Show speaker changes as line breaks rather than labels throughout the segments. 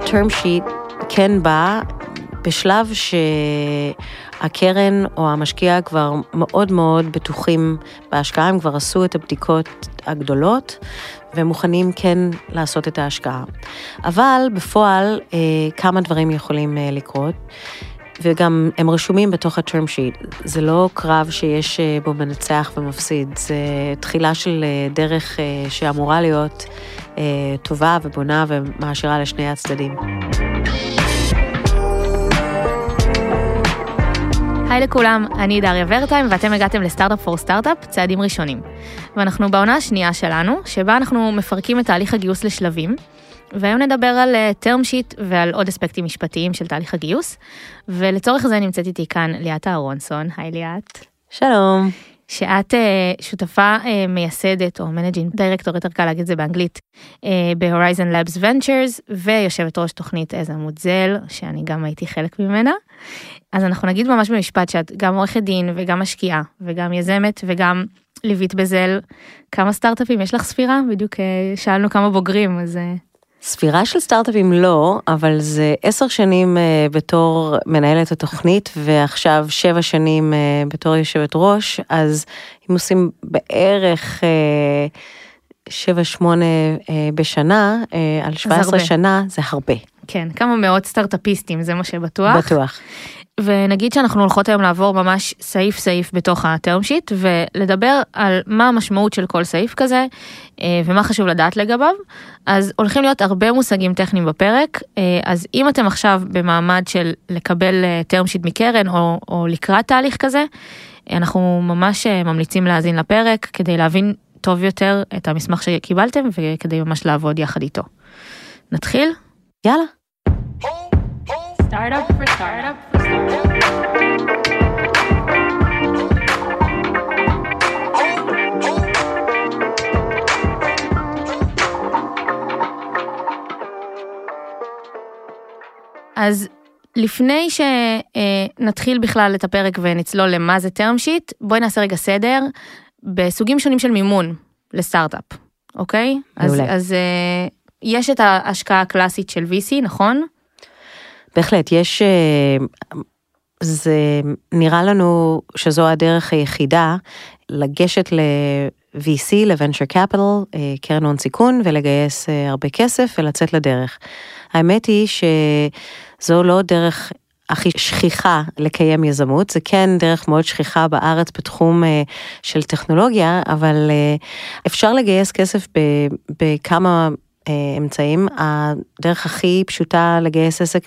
ה-term sheet כן בא בשלב שהקרן או המשקיע כבר מאוד מאוד בטוחים בהשקעה, הם כבר עשו את הבדיקות הגדולות, והם מוכנים כן לעשות את ההשקעה. אבל בפועל כמה דברים יכולים לקרות, וגם הם רשומים בתוך ה-term sheet. זה לא קרב שיש בו מנצח ומפסיד, זה תחילה של דרך שאמורה להיות טובה ובונה ומעשירה לשני הצדדים.
היי לכולם, אני דריה ורטיים ואתם הגעתם לסטארט-אפ פור סטארט-אפ, צעדים ראשונים. ואנחנו בעונה השנייה שלנו, שבה אנחנו מפרקים את תהליך הגיוס לשלבים, והיום נדבר על term sheet ועל עוד אספקטים משפטיים של תהליך הגיוס, ולצורך זה נמצאת איתי כאן ליאת אהרונסון. היי ליאת.
שלום.
שאת שותפה מייסדת או מנג'ינג דירקטור, יותר קל להגיד זה באנגלית, ב-Horizon Labs Ventures, ויושבת ראש תוכנית איזה מודזל, שאני גם הייתי חלק ממנה. אז אנחנו נגיד ממש במשפט שאת גם עורכת דין וגם משקיעה, וגם יזמת וגם ליווית בזל. כמה סטארט-אפים? יש לך ספירה? בדיוק שאלנו כמה בוגרים, אז...
ספירה של סטארט-אפים לא, אבל זה 10 שנים בתור מנהלת התוכנית, ועכשיו 7 שנים בתור יושבת ראש, אז אם עושים בערך 7-8 בשנה, על 17 שנה, זה הרבה.
כן, כמה מאות סטארט-אפיסטים, זה מה שבטוח.
בטוח.
ונגיד שאנחנו הולכות היום לעבור ממש סעיף סעיף בתוך ה-term sheet, ולדבר על מה המשמעות של כל סעיף כזה, ומה חשוב לדעת לגביו. אז הולכים להיות הרבה מושגים טכניים בפרק, אז אם אתם עכשיו במעמד של לקבל term sheet מקרן, או לקראת תהליך כזה, אנחנו ממש ממליצים להאזין לפרק, כדי להבין טוב יותר את המסמך שקיבלתם, וכדי ממש לעבוד יחד איתו. נתחיל?
יאללה.
Startup for startup for startup. אז לפני שנתחיל בכלל את הפרק ונצלול למה זה term sheet, בואי נעשה רגע סדר בסוגים שונים של מימון לסטארט-אפ, אוקיי? אז יש את ההשקעה הקלאסית של VC, נכון?
בהחלט, זה נראה לנו שזו הדרך היחידה לגשת ל-VC, ל-Venture Capital, קרן הון סיכון, ולגייס הרבה כסף ולצאת לדרך. האמת היא שזו לא דרך הכי שכיחה לקיים יזמות, זה כן דרך מאוד שכיחה בארץ בתחום של טכנולוגיה, אבל אפשר לגייס כסף בכמה אמצעים. הדרך הכי פשוטה לגייס עסק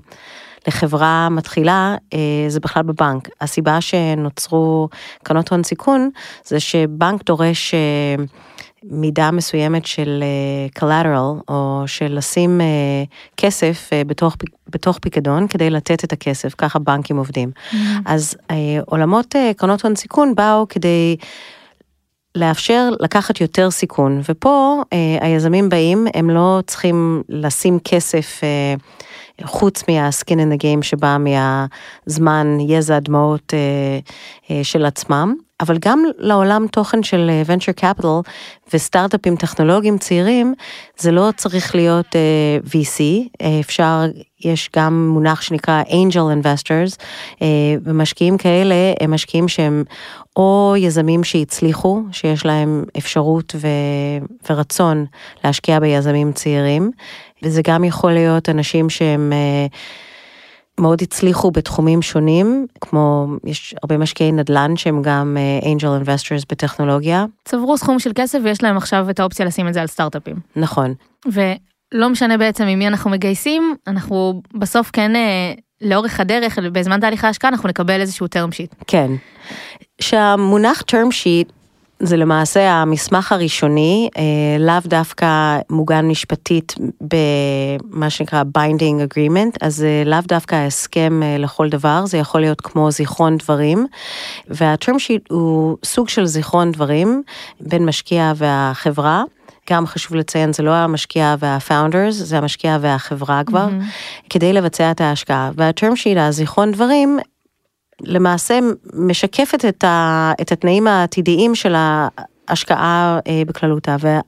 לחברה מתחילה, זה בכלל בבנק. הסיבה שנוצרו קרנות הון סיכון, זה שבנק דורש מידה מסוימת של collateral, או של לשים כסף בתוך פיקדון, כדי לתת את הכסף, ככה בנקים עובדים. אז עולמות קרנות הון סיכון באו כדי לאפשר לקחת יותר סיכון, ופה היזמים באים, הם לא צריכים לשים כסף חוץ מה-skin in the game שבא מהזמן, יזע, דמעות של עצמם, אבל גם לעולם תוכן של venture capital וסטארט-אפים טכנולוגיים צעירים, זה לא צריך להיות VC, יש גם מונח שנקרא angel investors, ומשקיעים כאלה הם משקיעים שהם או יזמים שהצליחו, שיש להם אפשרות ורצון להשקיע ביזמים צעירים, וזה גם יכול להיות אנשים שהם מאוד הצליחו בתחומים שונים, כמו יש הרבה משקיעי נדל"ן שהם גם angel investors בטכנולוגיה.
צברו סכום של כסף ויש להם עכשיו את האופציה לשים את זה על סטארט-אפים.
נכון.
ולא משנה בעצם עם מי אנחנו מגייסים, אנחנו בסוף כן לאורך הדרך, בזמן תהליך ההשקעה, אנחנו נקבל איזשהו term sheet.
כן. שהמונח term sheet זה למעשה המסמך הראשוני, לאו דווקא מוגן משפטית במה שנקרא binding agreement, אז זה לאו דווקא הסכם לכל דבר, זה יכול להיות כמו זיכרון דברים, וה-term sheet הוא סוג של זיכרון דברים בין משקיע והחברה, גם חשוב לציין, זה לא המשקיע והפאונדרס, זה המשקיע והחברה כבר, כדי לבצע את ההשקעה. וה-term sheet, הזיכרון דברים, למעשה משקפת את התנאים העתידיים של ההשקעה בכללותה,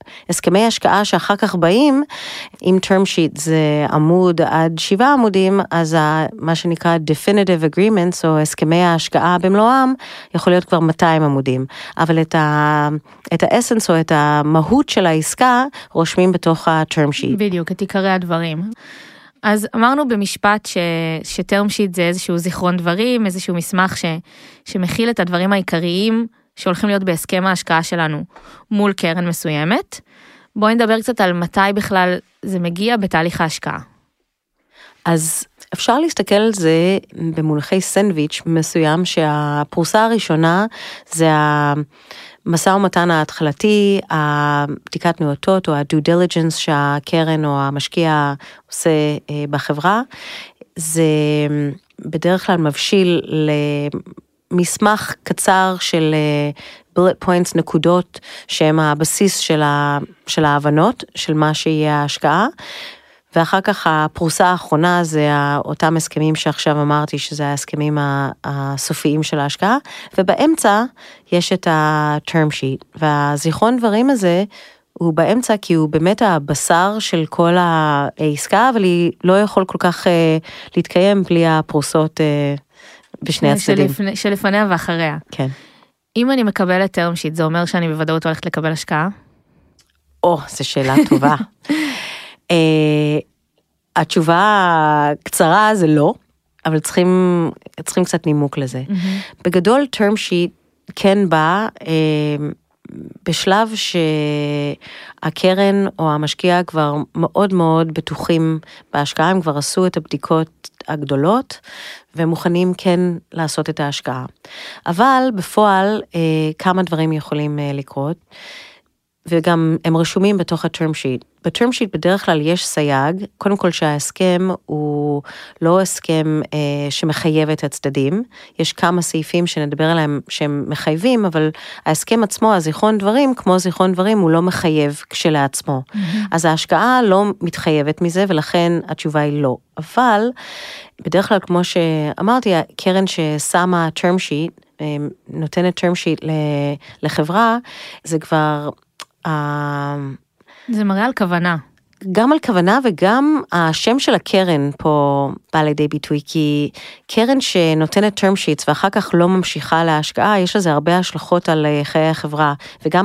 הסכמי השקעה שאחר כך באים, אם term sheet זה עמוד עד 7 עמודים, אז מה שנקרא definitive agreements, או הסכמי ההשקעה במלואם, יכול להיות כבר 200 עמודים. אבל את האסנס או את המהות של העסקה, רושמים בתוך ה-term sheet.
בדיוק, את עיקרי הדברים. אז אמרנו במשפט שטרם שיט זה איזשהו זיכרון דברים, איזשהו מסמך שמכיל את הדברים העיקריים שהולכים להיות בהסכם ההשקעה שלנו מול קרן מסוימת. בואי נדבר קצת על מתי בכלל זה מגיע בתהליך ההשקעה.
אז אפשר להסתכל על זה במונחי סנדוויץ' מסוים, שהפרוסה הראשונה זה המשא ומתן ההתחלתי, הבדיקת נאותות או ה-due diligence שהקרן או המשקיע עושה בחברה. זה בדרך כלל מבשיל למסמך קצר של bullet points, נקודות שהם הבסיס של ההבנות, של מה שיהיה ההשקעה. ואחר כך הפרוסה האחרונה זה אותם הסכמים שעכשיו אמרתי שזה ההסכמים הסופיים של ההשקעה, ובאמצע יש את ה-term sheet, והזיכרון דברים הזה הוא באמצע כי הוא באמת הבשר של כל העסקה, אבל היא לא יכול כל כך להתקיים בלי הפרוסות בשני הצדדים.
שלפניה ואחריה.
כן.
אם אני מקבלת term sheet, זה אומר שאני בוודאות הולכת לקבל השקעה?
זו שאלה טובה. התשובה קצרה זה לא, אבל צריכים קצת נימוק לזה. בגדול, term sheet כן בא בשלב שהקרן או המשקיע כבר מאוד מאוד בטוחים בהשקעה, הם כבר עשו את הבדיקות הגדולות, ומוכנים כן לעשות את ההשקעה. אבל בפועל כמה דברים יכולים לקרות, וגם הם רשומים בתוך ה-term sheet. ב-term sheet בדרך כלל יש סייג, קודם כל שההסכם הוא לא הסכם שמחייב את הצדדים, יש כמה סעיפים שנדבר עליהם שהם מחייבים, אבל ההסכם עצמו, הזיכרון דברים, כמו זיכרון דברים, הוא לא מחייב כשלעצמו. אז ההשקעה לא מתחייבת מזה, ולכן התשובה היא לא. אבל בדרך כלל, כמו שאמרתי, הקרן ששמה term sheet, נותנת term sheet לחברה, זה כבר
זה מראה על כוונה.
גם על כוונה וגם השם של הקרן פה בא לידי ביטוי, כי קרן שנותנת term sheets ואחר כך לא ממשיכה להשקעה, יש לזה הרבה השלכות על חיי החברה, וגם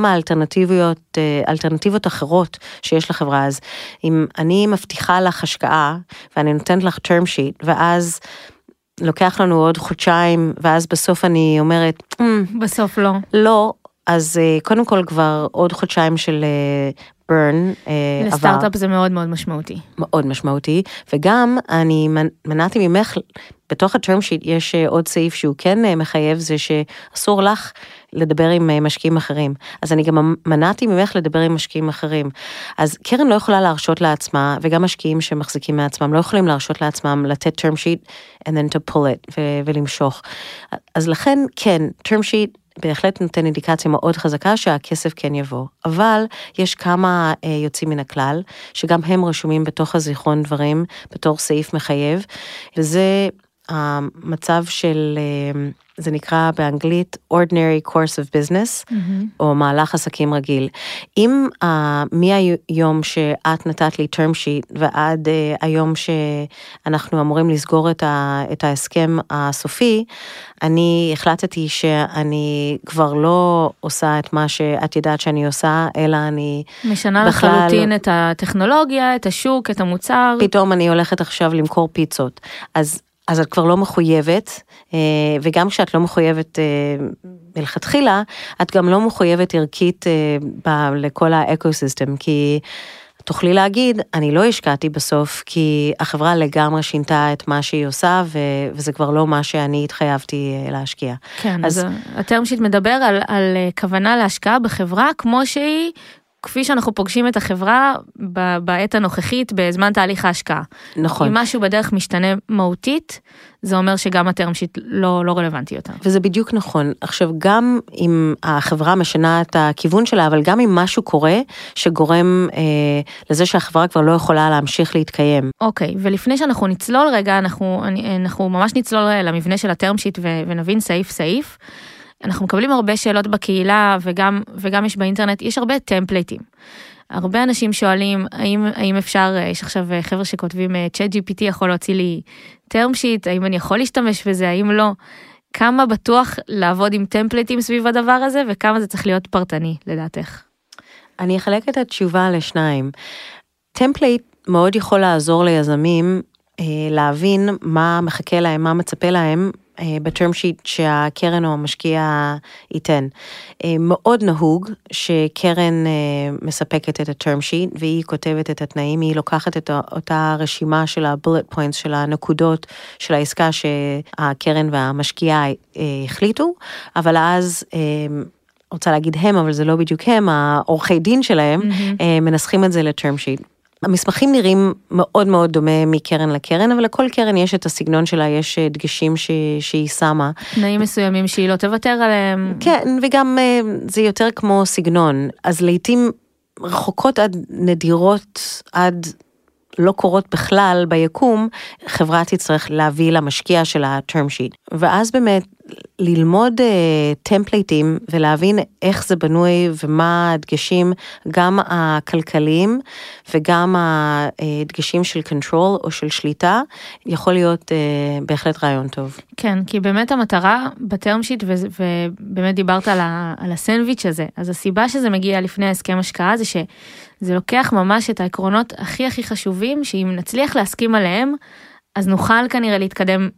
האלטרנטיבות אחרות שיש לחברה. אז אם אני מבטיחה לך השקעה, ואני נותנת לך term sheet, ואז לוקח לנו עוד חודשיים, ואז בסוף אני אומרת,
בסוף לא.
לא, אז קודם כל כבר עוד חודשיים של burn עבר.
לסטארט-אפ זה מאוד מאוד משמעותי.
מאוד משמעותי, וגם אני מנעתי ממך, בתוך ה-term sheet יש עוד סעיף שהוא כן מחייב, זה שאסור לך לדבר עם משקיעים אחרים. אז אני גם מנעתי ממך לדבר עם משקיעים אחרים. אז קרן לא יכולה להרשות לעצמה, וגם משקיעים שמחזיקים מעצמם, לא יכולים להרשות לעצמם לתת term sheet, and then to pull it, ולמשוך. אז לכן, כן, term sheet, בהחלט נותן אינדיקציה מאוד חזקה שהכסף כן יבוא, אבל יש כמה יוצאים מן הכלל, שגם הם רשומים בתוך הזיכרון דברים, בתור סעיף מחייב, וזה המצב של, זה נקרא באנגלית, ordinary course of business, או מהלך עסקים רגיל. אם מהיום שאת נתת לי term sheet, ועד היום שאנחנו אמורים לסגור את ההסכם הסופי, אני החלטתי שאני כבר לא עושה את מה שאת יודעת שאני עושה, אלא אני
משנה לחלוטין את הטכנולוגיה, את השוק, את המוצר.
פתאום אני הולכת עכשיו למכור פיצות. אז את כבר לא מחויבת, וגם כשאת לא מחויבת מלכתחילה, את גם לא מחויבת ערכית לכל האקוסיסטם, כי תוכלי להגיד, אני לא השקעתי בסוף, כי החברה לגמרי שינתה את מה שהיא עושה, וזה כבר לא מה שאני התחייבתי להשקיע.
כן, אז הטרם שיט מדבר על כוונה להשקעה בחברה, כמו שהיא, כפי שאנחנו פוגשים את החברה בעת הנוכחית בזמן תהליך ההשקעה.
נכון.
אם משהו בדרך משתנה מהותית, זה אומר שגם הטרם שיט לא רלוונטי יותר.
וזה בדיוק נכון. עכשיו, גם אם החברה משנה את הכיוון שלה, אבל גם אם משהו קורה, שגורם לזה שהחברה כבר לא יכולה להמשיך להתקיים.
אוקיי, ולפני שאנחנו נצלול רגע, אנחנו ממש נצלול למבנה של הטרם שיט ונבין סעיף סעיף. אנחנו מקבלים הרבה שאלות בקהילה, וגם יש באינטרנט, יש הרבה טמפלייטים. הרבה אנשים שואלים, האם אפשר, יש עכשיו חבר'ה שכותבים, ChatGPT יכול להוציא לי term sheet, האם אני יכול להשתמש בזה, האם לא? כמה בטוח לעבוד עם טמפלייטים סביב הדבר הזה, וכמה זה צריך להיות פרטני, לדעתך?
אני אחלק את התשובה לשניים. טמפלייט מאוד יכול לעזור ליזמים להבין מה מחכה להם, מה מצפה להם, בטרם שיט שהקרן או המשקיע ייתן. מאוד נהוג שקרן מספקת את הטרם שיט, והיא כותבת את התנאים, היא לוקחת את אותה רשימה של הבולט פוינטס, של הנקודות של העסקה שהקרן והמשקיע החליטו, אבל אז רוצה להגיד הם, אבל זה לא בדיוק הם, העורכי דין שלהם מנסחים את זה לטרם שיט. המסמכים נראים מאוד מאוד דומה מקרן לקרן, אבל לכל קרן יש את הסגנון שלה, יש דגשים שהיא שמה.
תנאים מסוימים שהיא לא תוותר עליהם.
כן, וגם זה יותר כמו סגנון. אז לעתים רחוקות עד נדירות, עד לא קורות בכלל ביקום, חברה תצטרך להביא למשקיע של ה-term sheet. ואז באמת ללמוד טמפלייטים ולהבין איך זה בנוי ומה הדגשים, גם הכלכליים וגם הדגשים של control או של שליטה, יכול להיות בהחלט רעיון טוב.
כן, כי באמת המטרה בטרם שיט, ובאמת דיברת על הסנדוויץ' הזה, אז הסיבה שזה מגיע לפני הסכם השקעה, זה שזה לוקח ממש את העקרונות הכי הכי חשובים, שאם נצליח להסכים עליהם, אז נוכל כנראה להתקדם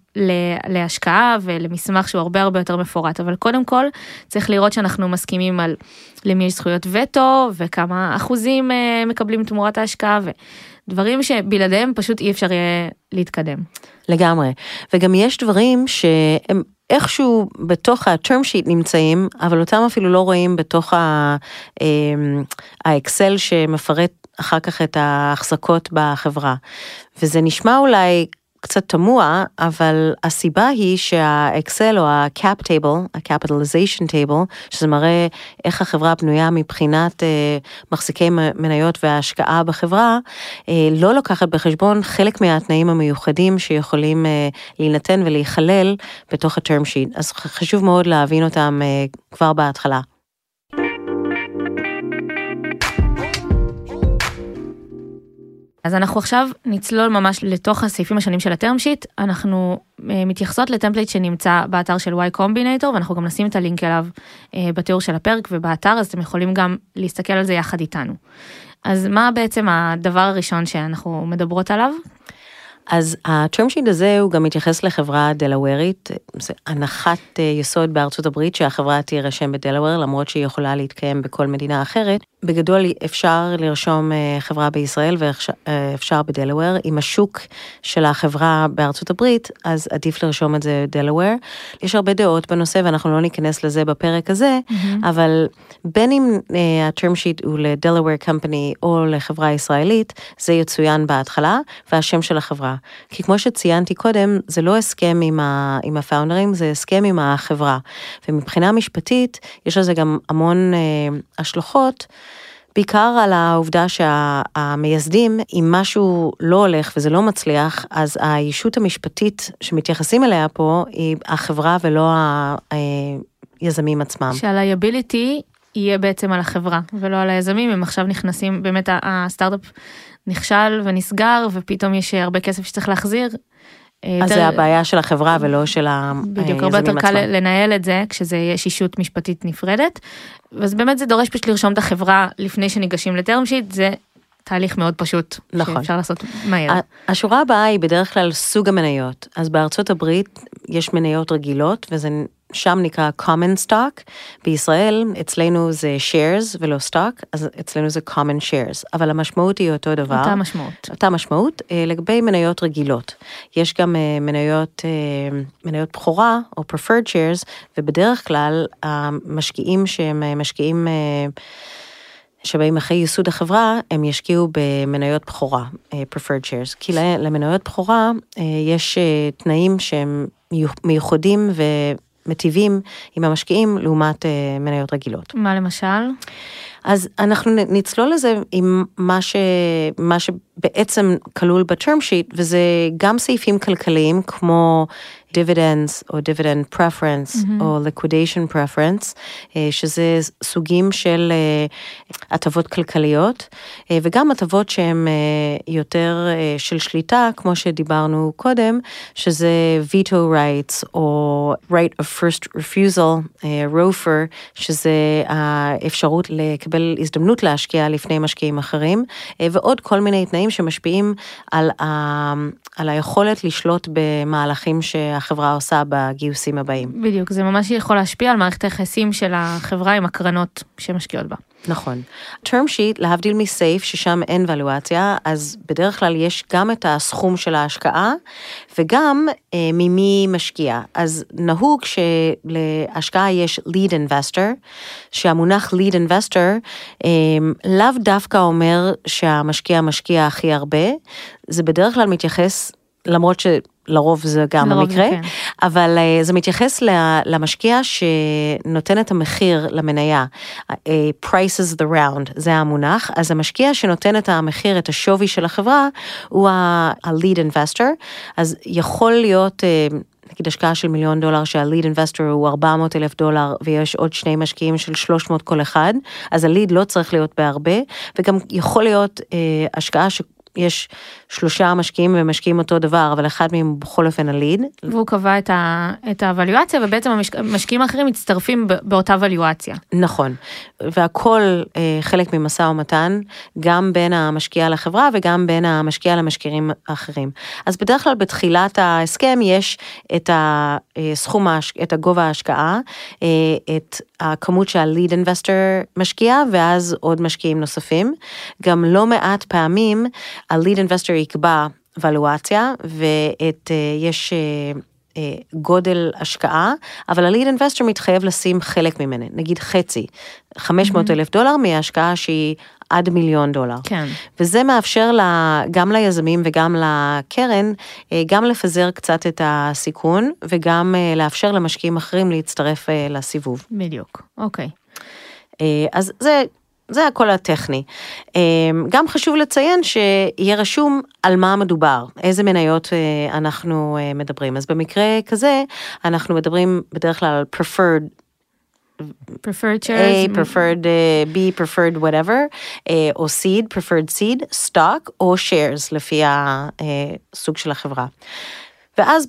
להשקעה ולמסמך שהוא הרבה הרבה יותר מפורט, אבל קודם כל צריך לראות שאנחנו מסכימים על למי יש זכויות וטו, וכמה אחוזים מקבלים תמורת ההשקעה, ודברים שבלעדיהם פשוט אי אפשר יהיה להתקדם.
לגמרי, וגם יש דברים שהם איכשהו בתוך ה-term sheet נמצאים, אבל אותם אפילו לא רואים בתוך האקסל שמפרט אחר כך את ההחזקות בחברה. וזה נשמע אולי קצת תמוה, אבל הסיבה היא שהאקסל או ה-cap table, ה-capitalization table, שזה מראה איך החברה בנויה מבחינת מחזיקי מניות וההשקעה בחברה, לא לוקחת בחשבון חלק מהתנאים המיוחדים שיכולים להינתן ולהיכלל בתוך ה-term sheet. אז חשוב מאוד להבין אותם כבר בהתחלה.
אז אנחנו עכשיו נצלול ממש לתוך הסעיפים השונים של הטרם שיט, אנחנו מתייחסות לטמפלייט שנמצא באתר של Y Combinator, ואנחנו גם נשים את הלינק אליו בתיאור של הפרק ובאתר, אז אתם יכולים גם להסתכל על זה יחד איתנו. אז מה בעצם הדבר הראשון שאנחנו מדברות עליו?
אז ה-term sheet הזה הוא גם מתייחס לחברה דלוורית, זה הנחת יסוד בארצות הברית שהחברה תירשם בדלוור, למרות שהיא יכולה להתקיים בכל מדינה אחרת. בגדול אפשר לרשום חברה בישראל ואפשר בדלוור. עם השוק של החברה בארצות הברית, אז עדיף לרשום את זה בדלוור. יש הרבה דעות בנושא ואנחנו לא ניכנס לזה בפרק הזה, אבל בין אם ה-term sheet הוא לדלוור קמפני או לחברה ישראלית, זה יצוין בהתחלה והשם של החברה. כי כמו שציינתי קודם, זה לא הסכם עם הפאונדרים, זה הסכם עם החברה. ומבחינה משפטית, יש לזה גם המון השלכות, בעיקר על העובדה שהמייסדים, אם משהו לא הולך וזה לא מצליח, אז הישות המשפטית שמתייחסים אליה פה, היא החברה ולא היזמים עצמם.
שהלייביליטי יהיה בעצם על החברה, ולא על היזמים, הם עכשיו נכנסים, באמת הסטארט-אפ נכשל ונסגר, ופתאום יש הרבה כסף שצריך להחזיר.
אז זה הבעיה של החברה ולא של היזמים עצמם.
בדיוק, הרבה יותר קל לנהל את זה, כשזה יש אישות משפטית נפרדת, אז באמת זה דורש פשוט לרשום את החברה לפני שניגשים לטרם שיט, זה תהליך מאוד פשוט, נכון. שאפשר לעשות מהר.
השורה הבאה היא בדרך כלל סוג המניות, אז בארצות הברית יש מניות רגילות, וזה שם נקרא common stock, בישראל אצלנו זה shares ולא stock, אז אצלנו זה common shares, אבל המשמעות היא אותו דבר. אותה משמעות, לגבי מניות רגילות. יש גם מניות בחורה, או preferred shares, ובדרך כלל המשקיעים שהם משקיעים שבאים אחרי ייסוד החברה, הם ישקיעו במניות בחורה, preferred shares, כי למניות בחורה יש תנאים שהם מיוחדים מטיבים עם המשקיעים לעומת מניות רגילות.
מה למשל?
אז אנחנו נצלול לזה עם מה שבעצם כלול בטרם שיט, וזה גם סעיפים כלכליים כמו dividends או dividend preference או liquidation preference, שזה סוגים של הטבות כלכליות, וגם הטבות שהן יותר של שליטה, כמו שדיברנו קודם, שזה veto rights או right of first refusal, ROFR, שזה האפשרות לקבל הזדמנות להשקיע לפני משקיעים אחרים, ועוד כל מיני תנאים שמשפיעים על היכולת לשלוט במהלכים שהחברה עושה בגיוסים הבאים.
בדיוק, זה ממש יכול להשפיע על מערכת היחסים של החברה עם הקרנות שמשקיעות בה.
נכון. term sheet, להבדיל מסייף, ששם אין ולואציה, אז בדרך כלל יש גם את הסכום של ההשקעה, וגם ממי משקיע. אז נהוג שלהשקעה יש lead investor, שהמונח lead investor, לאו דווקא אומר שהמשקיע משקיע הכי הרבה, זה בדרך כלל מתייחס, למרות לרוב זה גם המקרה, כן. אבל זה מתייחס למשקיע שנותן את המחיר למניה, prices the round, זה המונח, אז המשקיע שנותן את המחיר, את השווי של החברה, הוא ה-lead investor, אז יכול להיות, נגיד השקעה של $1,000,000, שה-lead investor הוא $400,000, ויש עוד שני משקיעים של 300 כל אחד, אז ה-lead לא צריך להיות בהרבה, וגם יכול להיות השקעה יש 3 משקיעים ומשקיעים אותו דבר, אבל אחד מהם בכל אופן הליד.
והוא קבע את הוואליואציה, ובעצם המשקיעים האחרים מצטרפים באותה וואליואציה.
נכון, והכל חלק ממשא ומתן, גם בין המשקיע לחברה, וגם בין המשקיע למשקיעים האחרים. אז בדרך כלל בתחילת ההסכם יש את הסכום, את הגובה ההשקעה, את הכמות שהליד אינבסטור משקיע, ואז עוד משקיעים נוספים. גם לא מעט פעמים, הליד אינבסטור יקבע ולואציה, ויש גודל השקעה, אבל הליד אינבסטור מתחייב לשים חלק ממנה, נגיד חצי, $500,000 מההשקעה שהיא עד $1,000,000.
כן.
וזה מאפשר גם ליזמים וגם לקרן, גם לפזר קצת את הסיכון, וגם לאפשר למשקיעים אחרים להצטרף לסיבוב.
בדיוק, אוקיי.
אז זה הכל הטכני. גם חשוב לציין שיהיה רשום על מה מדובר, איזה מניות אנחנו מדברים. אז במקרה כזה, אנחנו מדברים בדרך כלל על
preferred shares,
preferred B, preferred whatever, או seed, preferred seed, stock או shares, לפי הסוג של החברה. ואז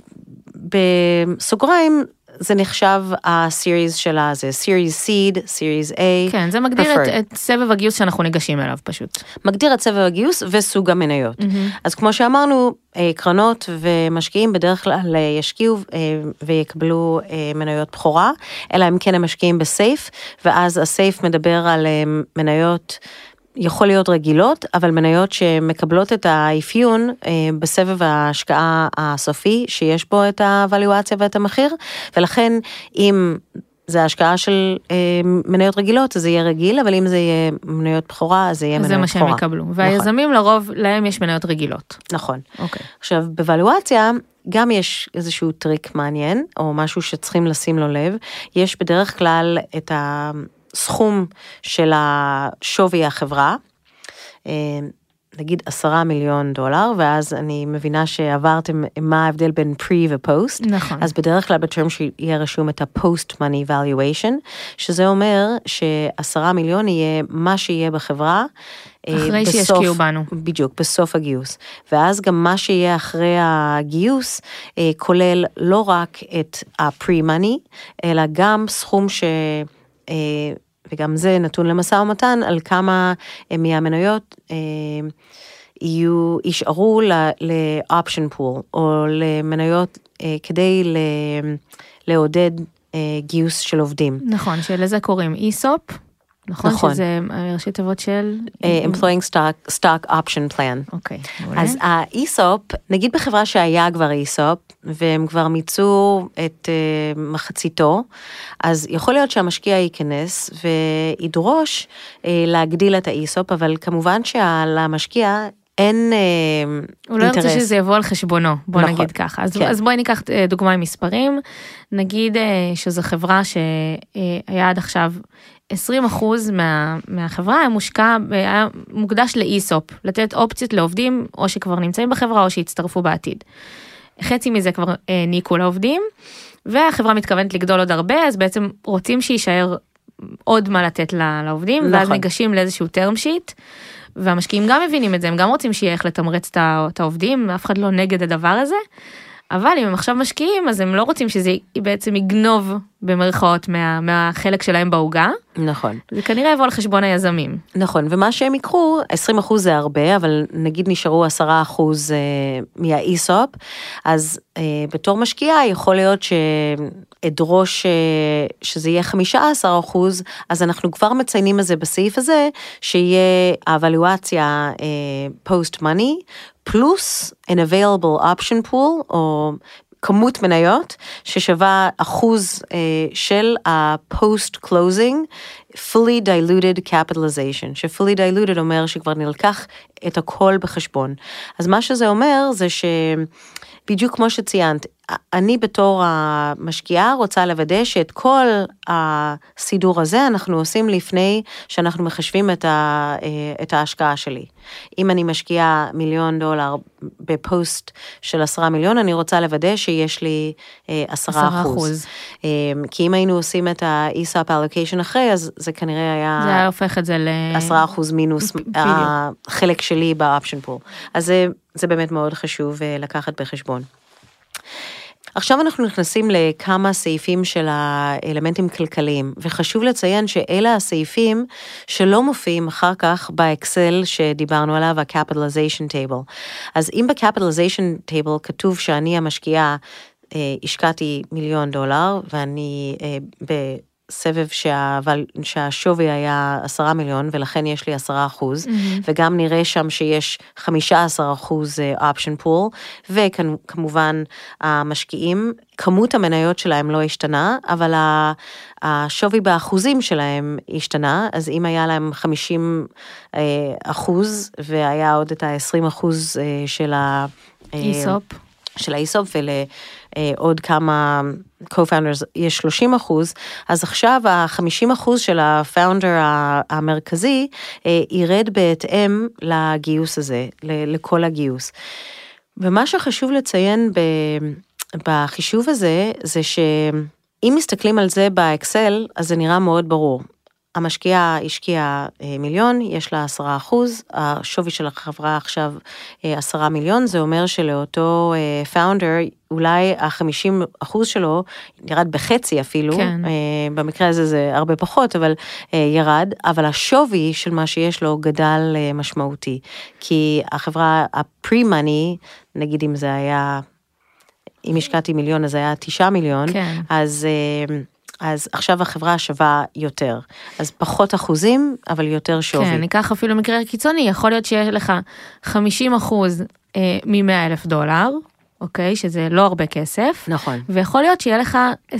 בסוגריים, זה נחשב הסיריז שלה, זה סיריז סיד, סיריז A.
כן, זה מגדיר את סבב הגיוס שאנחנו ניגשים אליו פשוט.
מגדיר את סבב הגיוס וסוג המניות. אז כמו שאמרנו, קרנות ומשקיעים בדרך כלל ישקיעו ויקבלו מניות בחורה, אלא אם כן הם משקיעים בסייף, ואז הסייף מדבר על מניות יכול להיות רגילות, אבל מניות שמקבלות את האפיון בסבב ההשקעה הסופי, שיש בו את הוואליואציה ואת המחיר, ולכן אם זה ההשקעה של מניות רגילות, אז זה יהיה רגיל, אבל אם זה יהיה מניות בחורה, אז זה יהיה מניות בחורה.
זה מה שהם יקבלו. והיזמים לרוב, להם יש מניות רגילות.
נכון.
אוקיי.
עכשיו, בוואליואציה, גם יש איזשהו טריק מעניין, או משהו שצריכים לשים לו לב, יש בדרך כלל את סכום של השווי החברה, נגיד $10,000,000, ואז אני מבינה שעברתם מה ההבדל בין pre ו-post,
נכון.
אז בדרך כלל בטרם שיהיה רשום את ה-post money valuation, שזה אומר ש$10,000,000 יהיה מה שיהיה בחברה,
אחרי שישקיעו בנו.
בדיוק, בסוף הגיוס. ואז גם מה שיהיה אחרי הגיוס, כולל לא רק את ה-pre-money, אלא גם סכום וגם זה נתון למשא ומתן, על כמה מהמניות יישארו ל-option pool, או למניות כדי לעודד גיוס של עובדים.
נכון, שלזה קוראים ESOP, נכון? שזה ראשי תיבות של
Employing Stock Option Plan.
אוקיי.
אז ה-ESOP, נגיד בחברה שהיה כבר ESOP, והם כבר מיצו את מחציתו, אז יכול להיות שהמשקיע ייכנס וידרוש להגדיל את ה-ESOP, אבל כמובן שלמשקיע אין
הוא לא ירצה שזה יבוא על חשבונו, בוא נגיד ככה. אז בואי ניקח דוגמה עם מספרים, נגיד שזו חברה שהיה עד עכשיו 20% מהחברה היה מוקדש לאיסופ, לתת אופציות לעובדים, או שכבר נמצאים בחברה, או שהצטרפו בעתיד. חצי מזה כבר ניקו לעובדים, והחברה מתכוונת לגדול עוד הרבה, אז בעצם רוצים שישאר עוד מה לתת לעובדים, ואז ניגשים לאיזשהו term sheet, והמשקיעים גם מבינים את זה, הם גם רוצים שיהיה איך לתמרץ את העובדים, אף אחד לא נגד הדבר הזה, אבל אם הם עכשיו משקיעים, אז הם לא רוצים שזה בעצם יגנוב במרכאות מהחלק שלהם בעוגה.
נכון.
זה כנראה יבוא על חשבון היזמים.
נכון, ומה שהם יקחו, 20% זה הרבה, אבל נגיד נשארו 10% מהאיסופ, אז בתור משקיעה יכול להיות שאדרוש שזה יהיה 15%, אז אנחנו כבר מציינים את זה בסעיף הזה, שיהיה האבלואציה post-money, פלוס an available option pool, או כמות מניות, ששווה אחוז של ה-post-closing, fully diluted capitalization, ש-fully diluted אומר שכבר נלקח את הכל בחשבון. אז מה שזה אומר זה שבדיוק כמו שציינת, אני בתור המשקיעה רוצה לוודא שאת כל הסידור הזה אנחנו עושים לפני שאנחנו מחשבים את ההשקעה שלי. אם אני משקיעה $1,000,000 בפוסט של 10 מיליון, אני רוצה לוודא שיש לי 10%. כי אם היינו עושים את ה-ESOP allocation אחרי, אז זה כנראה היה...
זה היה הופך את זה
10% מינוס החלק שלי באופשן פול. אז זה באמת מאוד חשוב לקחת בחשבון. עכשיו אנחנו נכנסים לכמה סעיפים של האלמנטים כלכליים, וחשוב לציין שאלה הסעיפים שלא מופיעים אחר כך באקסל שדיברנו עליו, ה-capitalization table. אז אם ב-capitalization table כתוב שאני המשקיעה, השקעתי $1,000,000, ואני בסבב שהשווי היה 10 מיליון, ולכן יש לי 10%, וגם נראה שם שיש 15% option pool, וכמובן המשקיעים, כמות המניות שלהם לא השתנה, אבל השווי באחוזים שלהם השתנה, אז אם היה להם 50%, והיה עוד את ה-20% של
איסופ.
של האיסופ, ולעוד כמה co-founders יש 30%, אז עכשיו ה-50% של הפאונדר המרכזי ירד בהתאם לגיוס הזה, לכל הגיוס. ומה שחשוב לציין בחישוב הזה, זה שאם מסתכלים על זה באקסל, אז זה נראה מאוד ברור. המשקיעה השקיעה $1,000,000, יש לה 10%, השווי של החברה עכשיו 10 מיליון, זה אומר שלאותו פאונדר, אולי ה-50% שלו ירד בחצי אפילו, כן. במקרה הזה זה הרבה פחות, אבל ירד, אבל השווי של מה שיש לו גדל משמעותי, כי החברה, הפרי-מני, נגיד אם זה היה, אם השקעתי $1,000,000, אז היה 9 מיליון, כן. אז עכשיו החברה שווה יותר. אז פחות אחוזים, אבל יותר שווי.
כן, ניקח אפילו מקרה קיצוני, יכול להיות שיש לך 50% מ$100,000, אוקיי, שזה לא הרבה כסף.
נכון.
ויכול להיות שיהיה לך 20%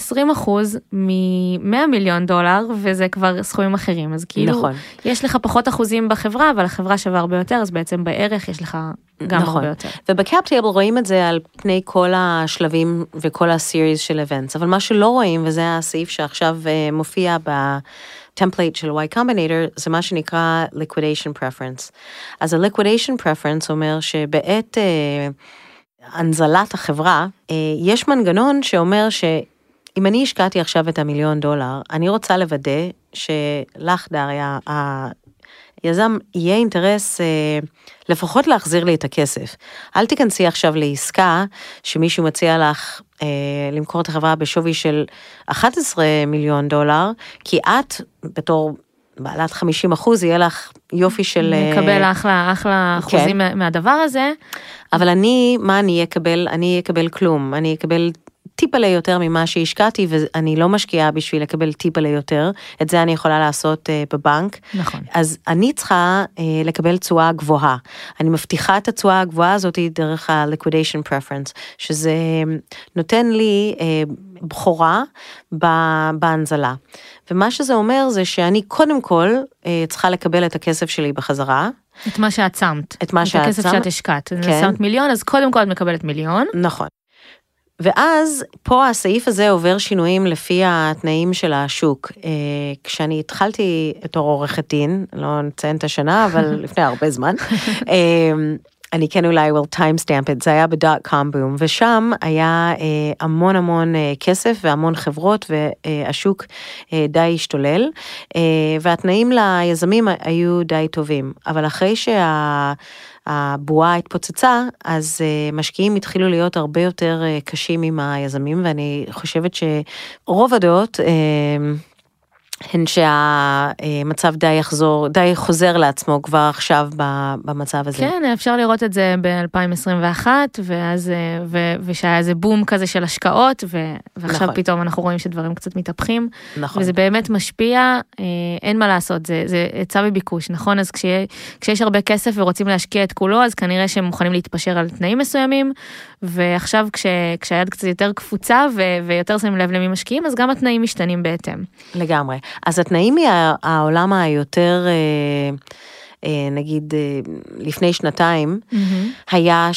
מ$100 מיליון, וזה כבר סכומים אחרים. אז כאילו, נכון. יש לך פחות אחוזים בחברה, אבל החברה שווה הרבה יותר, אז בעצם בערך יש לך גם נכון. הרבה יותר.
ובקאפ טייבל רואים את זה על פני כל השלבים וכל הסיריז של events, אבל מה שלא רואים, וזה הסעיף שעכשיו מופיע טמפלייט של Y Combinator, זה מה שנקרא liquidation preference. אז ה-liquidation preference אומר שבעת הנזלת החברה, יש מנגנון שאומר שאם אני השקעתי עכשיו את $1,000,000, אני רוצה לוודא שלך דריה, היזם יהיה אינטרס לפחות להחזיר לי את הכסף. אל תיכנסי עכשיו לעסקה שמישהו מציע לך למכור את החברה בשווי של $11 מיליון, כי את בתור בעלת 50% יהיה לך יופי של...
נקבל אחלה אחוזים כן. מהדבר הזה.
אבל מה אני אקבל? אני אקבל כלום. אני אקבל טיפלה יותר ממה שהשקעתי, ואני לא משקיעה בשביל לקבל טיפלה יותר. את זה אני יכולה לעשות בבנק.
נכון.
אז אני צריכה לקבל תשואה גבוהה. אני מבטיחה את התשואה הגבוהה הזאת דרך ה-liquidation preference, שזה נותן לי בחורה בהנזלה. ומה שזה אומר זה שאני קודם כל צריכה לקבל את הכסף שלי בחזרה,
את מה שאת שמת.
את מה שאת
הכסף שאת השקעת.
כן.
שמת מיליון, אז קודם כל את מקבלת מיליון.
נכון. ואז פה הסעיף הזה עובר שינויים לפי התנאים של השוק. כשאני התחלתי בתור עורכת דין, לא נציין את השנה, אבל לפני הרבה זמן, אני כן אולי will timestamp it, זה היה ב.com boom, ושם היה המון המון כסף והמון חברות, והשוק די השתולל, והתנאים ליזמים היו די טובים, אבל אחרי הבועה התפוצצה, אז משקיעים התחילו להיות הרבה יותר קשים עם היזמים, ואני חושבת שרוב הדעות הן שהמצב די חוזר לעצמו כבר עכשיו במצב הזה.
כן, אפשר לראות את זה ב-2021, ושהיה איזה בום כזה של השקעות, ועכשיו
נכון.
פתאום אנחנו רואים שדברים קצת מתהפכים,
נכון.
וזה באמת משפיע, אין מה לעשות, זה היצע וביקוש, נכון? אז כשיש הרבה כסף ורוצים להשקיע את כולו, אז כנראה שהם מוכנים להתפשר על תנאים מסוימים, ועכשיו כשהיד קצת יותר קפוצה, ויותר שמים לב למי משקיעים, אז גם התנאים משתנים בהתאם.
לגמרי. אז התנאים מהעולם היותר, נגיד, לפני שנתיים, היה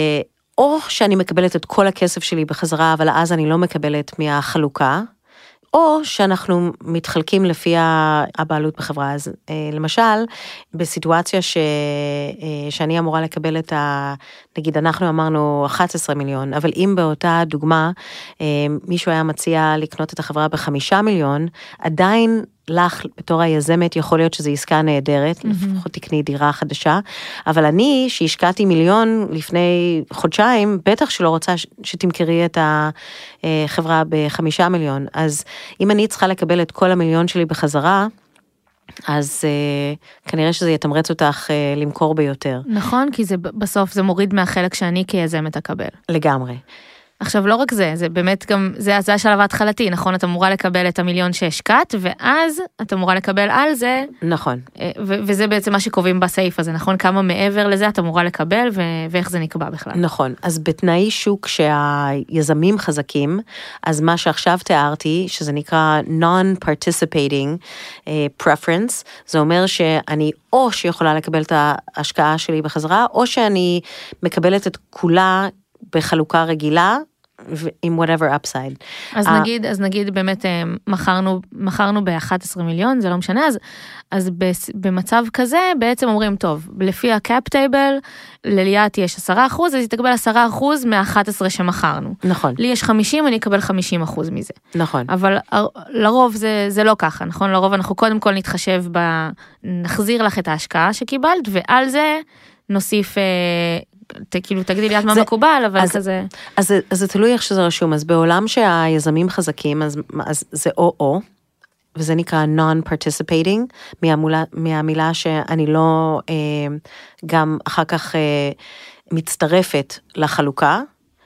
או שאני מקבלת את כל הכסף שלי בחזרה, אבל אז אני לא מקבלת מהחלוקה, או שאנחנו מתחלקים לפי הבעלות בחברה. אז למשל, בסיטואציה שאני אמורה לקבל נגיד אנחנו אמרנו 11 מיליון, אבל אם באותה דוגמה, מישהו היה מציע לקנות את החברה ב5 מיליון, עדיין לך בתור היזמת יכול להיות שזו עסקה נהדרת, לפחות תקני דירה חדשה, אבל אני שהשקעתי מיליון לפני חודשיים, בטח שלא רוצה שתמכרי את החברה ב5 מיליון, אז אם אני צריכה לקבל את כל המיליון שלי בחזרה, אז כנראה שזה יתמרץ אותך למכור ביותר.
נכון, כי בסוף זה מוריד מהחלק שאני כיזמת אקבל.
לגמרי.
עכשיו לא רק זה, זה באמת גם, זה השלב ההתחלתי, נכון? אתה אמורה לקבל את המיליון שהשקעת, ואז אתה אמורה לקבל על זה.
נכון.
וזה בעצם מה שקובעים בסעיף הזה, נכון? כמה מעבר לזה אתה אמורה לקבל, ואיך זה נקבע בכלל.
נכון. אז בתנאי שוק שהיזמים חזקים, אז מה שעכשיו תיארתי, שזה נקרא non-participating preference, זה אומר שאני או שיכולה לקבל את ההשקעה שלי בחזרה, או שאני מקבלת את כולה בחלוקה רגילה, עם whatever upside.
אז נגיד באמת מכרנו ב-11 מיליון, זה לא משנה, אז במצב כזה בעצם אומרים, טוב, לפי הקאפ טייבל, לליאת יש 10%, אז היא תקבל 10% מה-11 שמכרנו.
נכון.
לי יש 50, אני אקבל 50% מזה.
נכון.
אבל לרוב זה לא ככה, נכון? לרוב אנחנו קודם כל נתחשב נחזיר לך את ההשקעה שקיבלת, ועל זה נוסיף כאילו תגידי לי את מה מקובל, אבל כזה.
אז זה תלוי איך שזה רשום, אז בעולם שהיזמים חזקים, אז זה או, וזה נקרא non-participating, מהמילה שאני לא גם אחר כך מצטרפת לחלוקה,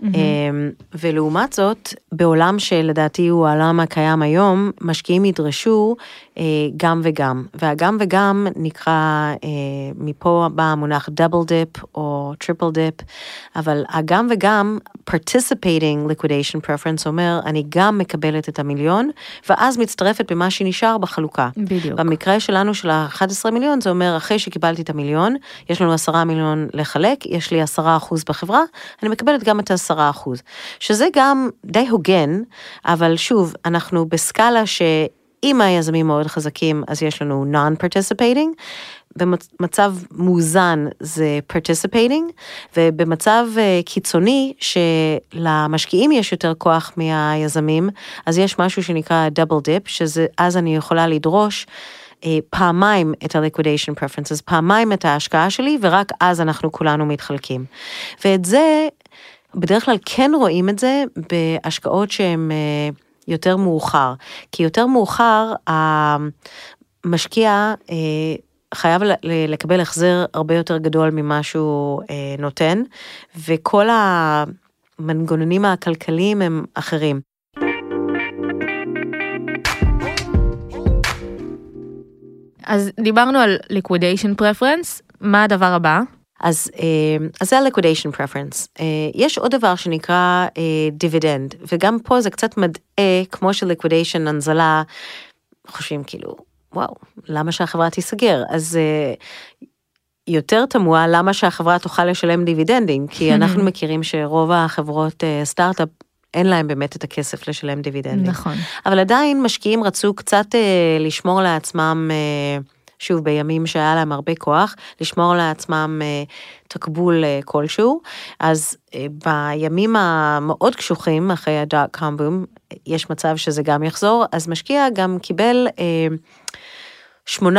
ולעומת זאת, בעולם שלדעתי הוא העולם הקיים היום, משקיעים ידרשו גם וגם, והגם וגם נקרא, מפה בא המונח double dip או triple dip, אבל הגם וגם participating liquidation preference אומר, אני גם מקבלת את המיליון, ואז מצטרפת במה שנשאר בחלוקה.
בדיוק.
במקרה שלנו של ה-11 מיליון, זה אומר, אחרי שקיבלתי את המיליון, יש לנו 10 מיליון לחלק, יש לי 10% בחברה, אני מקבלת גם את 10%, שזה גם די הוגן, אבל שוב, אנחנו בסקאלה שאם היזמים מאוד חזקים, אז יש לנו non-participating, במצב מאוזן זה participating, ובמצב קיצוני שלמשקיעים יש יותר כוח מהיזמים, אז יש משהו שנקרא double dip, שזה אז אני יכולה לדרוש פעמיים את ה-liquidation preferences, פעמיים את ההשקעה שלי, ורק אז אנחנו כולנו מתחלקים. ואת זה, בדרך כלל כן רואים את זה בהשקעות שהן יותר מאוחר, כי יותר מאוחר המשקיע חייב לקבל החזר הרבה יותר גדול ממה שהוא נותן, וכל המנגנונים הכלכליים הם אחרים.
אז דיברנו על liquidation preference, מה הדבר הבא?
אז זה ה-liquidation preference. יש עוד דבר שנקרא dividend, וגם פה זה קצת מדעה, כמו של-liquidation הנזלה, חושבים כאילו, וואו, למה שהחברה תיסגר? אז יותר תמוה למה שהחברה תוכל לשלם דיבידנדים, כי אנחנו מכירים שרוב החברות סטארט-אפ, אין להם באמת את הכסף לשלם דיבידנדים.
נכון.
אבל עדיין משקיעים רצו קצת לשמור לעצמם, שוב בימים שהיה להם הרבה כוח, לשמור לעצמם תקבול כלשהו, אז בימים המאוד קשוחים, אחרי הדוט-קום בום, יש מצב שזה גם יחזור, אז משקיע גם קיבל 8%, 6%,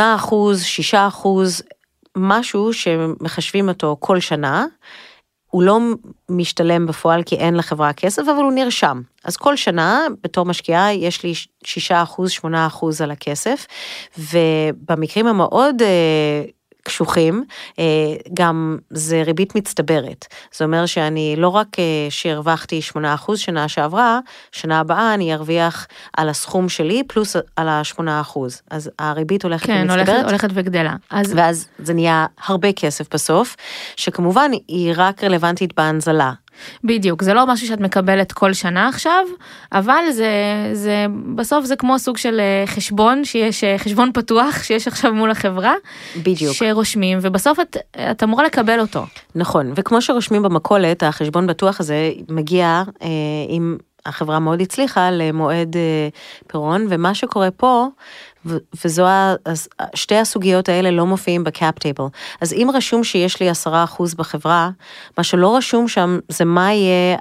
משהו שמחשבים אותו כל שנה, הוא לא משתלם בפועל כי אין לחברה כסף, אבל הוא נרשם. אז כל שנה, בתור משקיעה, יש לי 6%, 8% על הכסף, ובמקרים המאוד קשוחים, גם זה ריבית מצטברת. זאת אומרת שאני לא רק שהרווחתי 8% שנה שעברה, שנה הבאה אני ארוויח על הסכום שלי, פלוס על ה8%. אז הריבית הולכת ומצטברת.
כן, הולכת וגדלה.
ואז זה נהיה הרבה כסף בסוף, שכמובן היא רק רלוונטית בהנזלה.
בדיוק, זה לא משהו שאת מקבלת כל שנה עכשיו, אבל בסוף זה כמו סוג של חשבון, שיש חשבון פתוח שיש עכשיו מול החברה,
בדיוק.
שרושמים, ובסוף את אמורה לקבל אותו.
נכון, וכמו שרושמים במקולת, החשבון בטוח הזה מגיע עם החברה מאוד הצליחה למועד פירעון, ומה שקורה פה, וזו שתי הסוגיות האלה לא מופיעים בקאפ טייבל. אז אם רשום שיש לי 10% בחברה, מה שלא רשום שם זה מה יהיה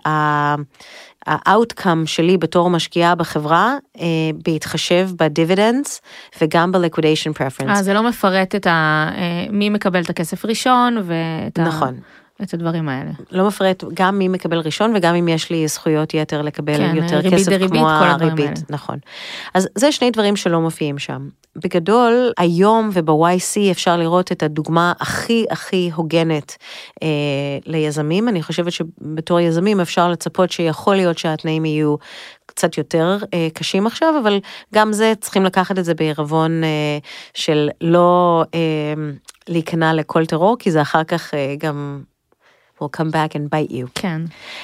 ה-outcome שלי בתור משקיעה בחברה, בהתחשב בדיבידנדס וגם ב-liquidation preference.
זה לא מפרט את מי מקבל את הכסף ראשון
נכון.
את הדברים האלה.
לא מפרט גם מי מקבל ראשון, וגם אם יש לי זכויות יתר לקבל יותר כסף כמו הריבית. נכון. אז זה שני דברים שלא מופיעים שם. בגדול, היום וב-YC אפשר לראות את הדוגמה הכי הוגנת ליזמים. אני חושבת שבתור יזמים אפשר לצפות שיכול להיות שהתנאים יהיו קצת יותר קשים עכשיו, אבל גם זה צריכים לקחת את זה בערבון של לא להיכנע לכל טרור, כי זה אחר כך גם will come back and bite you.
כן.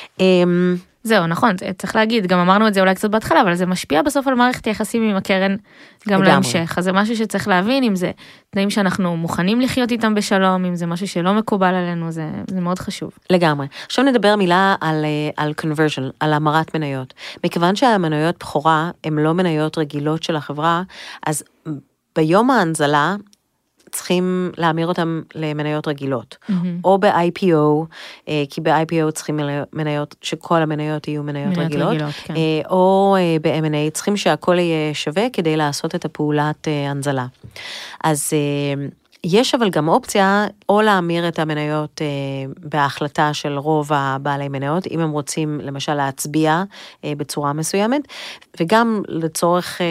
זהו, נכון, צריך להגיד, גם אמרנו את זה אולי קצת בהתחלה, אבל זה משפיע בסוף על מערכת היחסים עם הקרן גם להמשך, אז זה משהו שצריך להבין, אם זה תנאים שאנחנו מוכנים לחיות איתם בשלום, אם זה משהו שלא מקובל עלינו, זה מאוד חשוב.
לגמרי. עכשיו נדבר מילה על conversion, על המרת מניות. מכיוון שהמניות בחורה, הן לא מניות רגילות של החברה, אז ביום ההנזלה, צריכים להמיר אותם למניות רגילות, או ב-IPO, כי ב-IPO צריכים מניות, שכל המניות יהיו מניות רגילות,
כן.
או ב-M&A, צריכים שהכל יהיה שווה כדי לעשות את הפעולת הנזלה. אז יש אבל גם אופציה, או להמיר את המניות בהחלטה של רוב הבעלי מניות, אם הם רוצים למשל להצביע בצורה מסוימת, וגם לצורך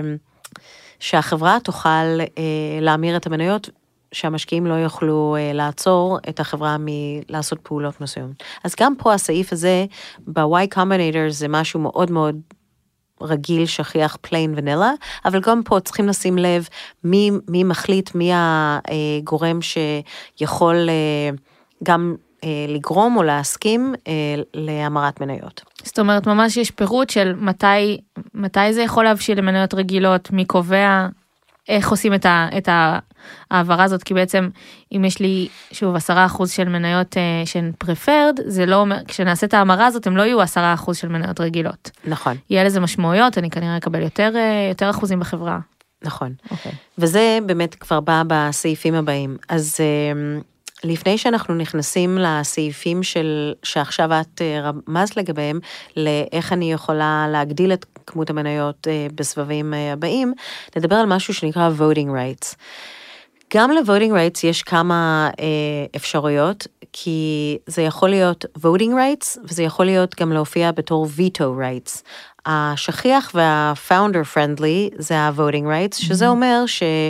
שהחברה תוכל להמיר את המניות, שהמשקיעים לא יוכלו לעצור את החברה מלעשות פעולות מסוימות. אז גם פה הסעיף הזה, ב-Y Combinator זה משהו מאוד מאוד רגיל, שכיח, plain vanilla, אבל גם פה צריכים לשים לב מי מחליט, מי הגורם שיכול גם לגרום או להסכים להמרת מניות.
זאת אומרת, ממש יש פירוט של מתי זה יכול להבשיל למניות רגילות, מי קובע, איך עושים את העברה הזאת, כי בעצם אם יש לי שוב 10% של מניות שהן preferred, זה לא, כשנעשה את ההמרה הזאת, הם לא יהיו 10% של מניות רגילות.
נכון.
יהיה לזה משמעויות, אני כנראה אקבל יותר אחוזים בחברה.
נכון.
אוקיי.
וזה באמת כבר בא בסעיפים הבאים. אז לפני שאנחנו נכנסים לסעיפים שעכשיו את רמזת לגביהם, לאיך אני יכולה להגדיל את כמות המניות בסבבים הבאים, נדבר על משהו שנקרא voting rights. גם ל-voting rights יש כמה אפשרויות, כי זה יכול להיות voting rights, וזה יכול להיות גם להופיע בתור veto rights. השכיח וה-founder friendly זה ה-voting rights, שזה אומר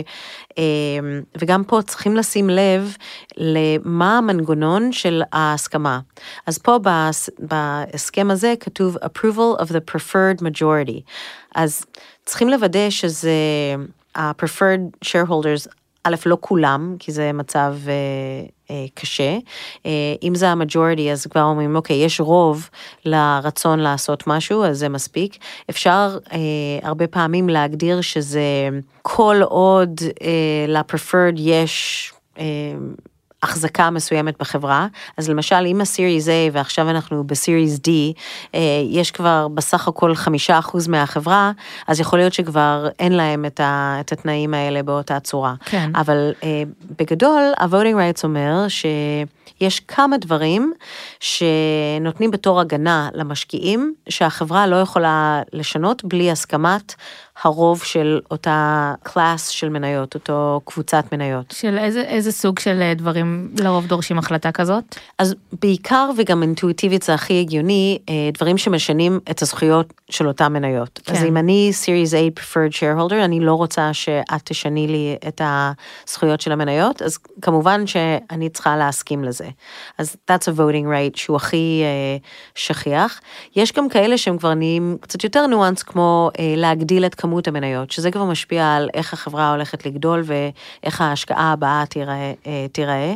וגם פה צריכים לשים לב למה המנגנון של ההסכמה. אז פה בהסכם הזה כתוב approval of the preferred majority. אז צריכים לוודא שזה ה-preferred shareholders, א', לא כולם, כי זה מצב קשה. אם זה המג'ורטי, אז כבר אומרים, אוקיי, יש רוב לרצון לעשות משהו, אז זה מספיק. אפשר הרבה פעמים להגדיר שזה כל עוד ל-preferred יש החזקה מסוימת בחברה, אז למשל, אם ה-Series A ועכשיו אנחנו ב-Series D, יש כבר בסך הכל 5% מהחברה, אז יכול להיות שכבר אין להם את התנאים האלה באותה צורה.
כן.
אבל בגדול, ה-Voting Rights אומר שיש כמה דברים שנותנים בתור הגנה למשקיעים, שהחברה לא יכולה לשנות בלי הסכמת הרוב של אותה קלאס של מניות, אותו קבוצת מניות.
של איזה סוג של דברים לרוב דורשים החלטה כזאת?
אז בעיקר וגם אינטואיטיבית זה הכי הגיוני, דברים שמשנים את הזכויות של אותם מניות. כן. אז אם אני Series A Preferred Shareholder, אני לא רוצה שאת תשני לי את הזכויות של המניות, אז כמובן שאני צריכה להסכים לזה. אז that's a voting right שהוא הכי שכיח. יש גם כאלה שהם כבר נהיים קצת יותר ניואנס, כמו להגדיל את כמות המניות, שזה כבר משפיע על איך החברה הולכת לגדול, ואיך ההשקעה הבאה תיראה.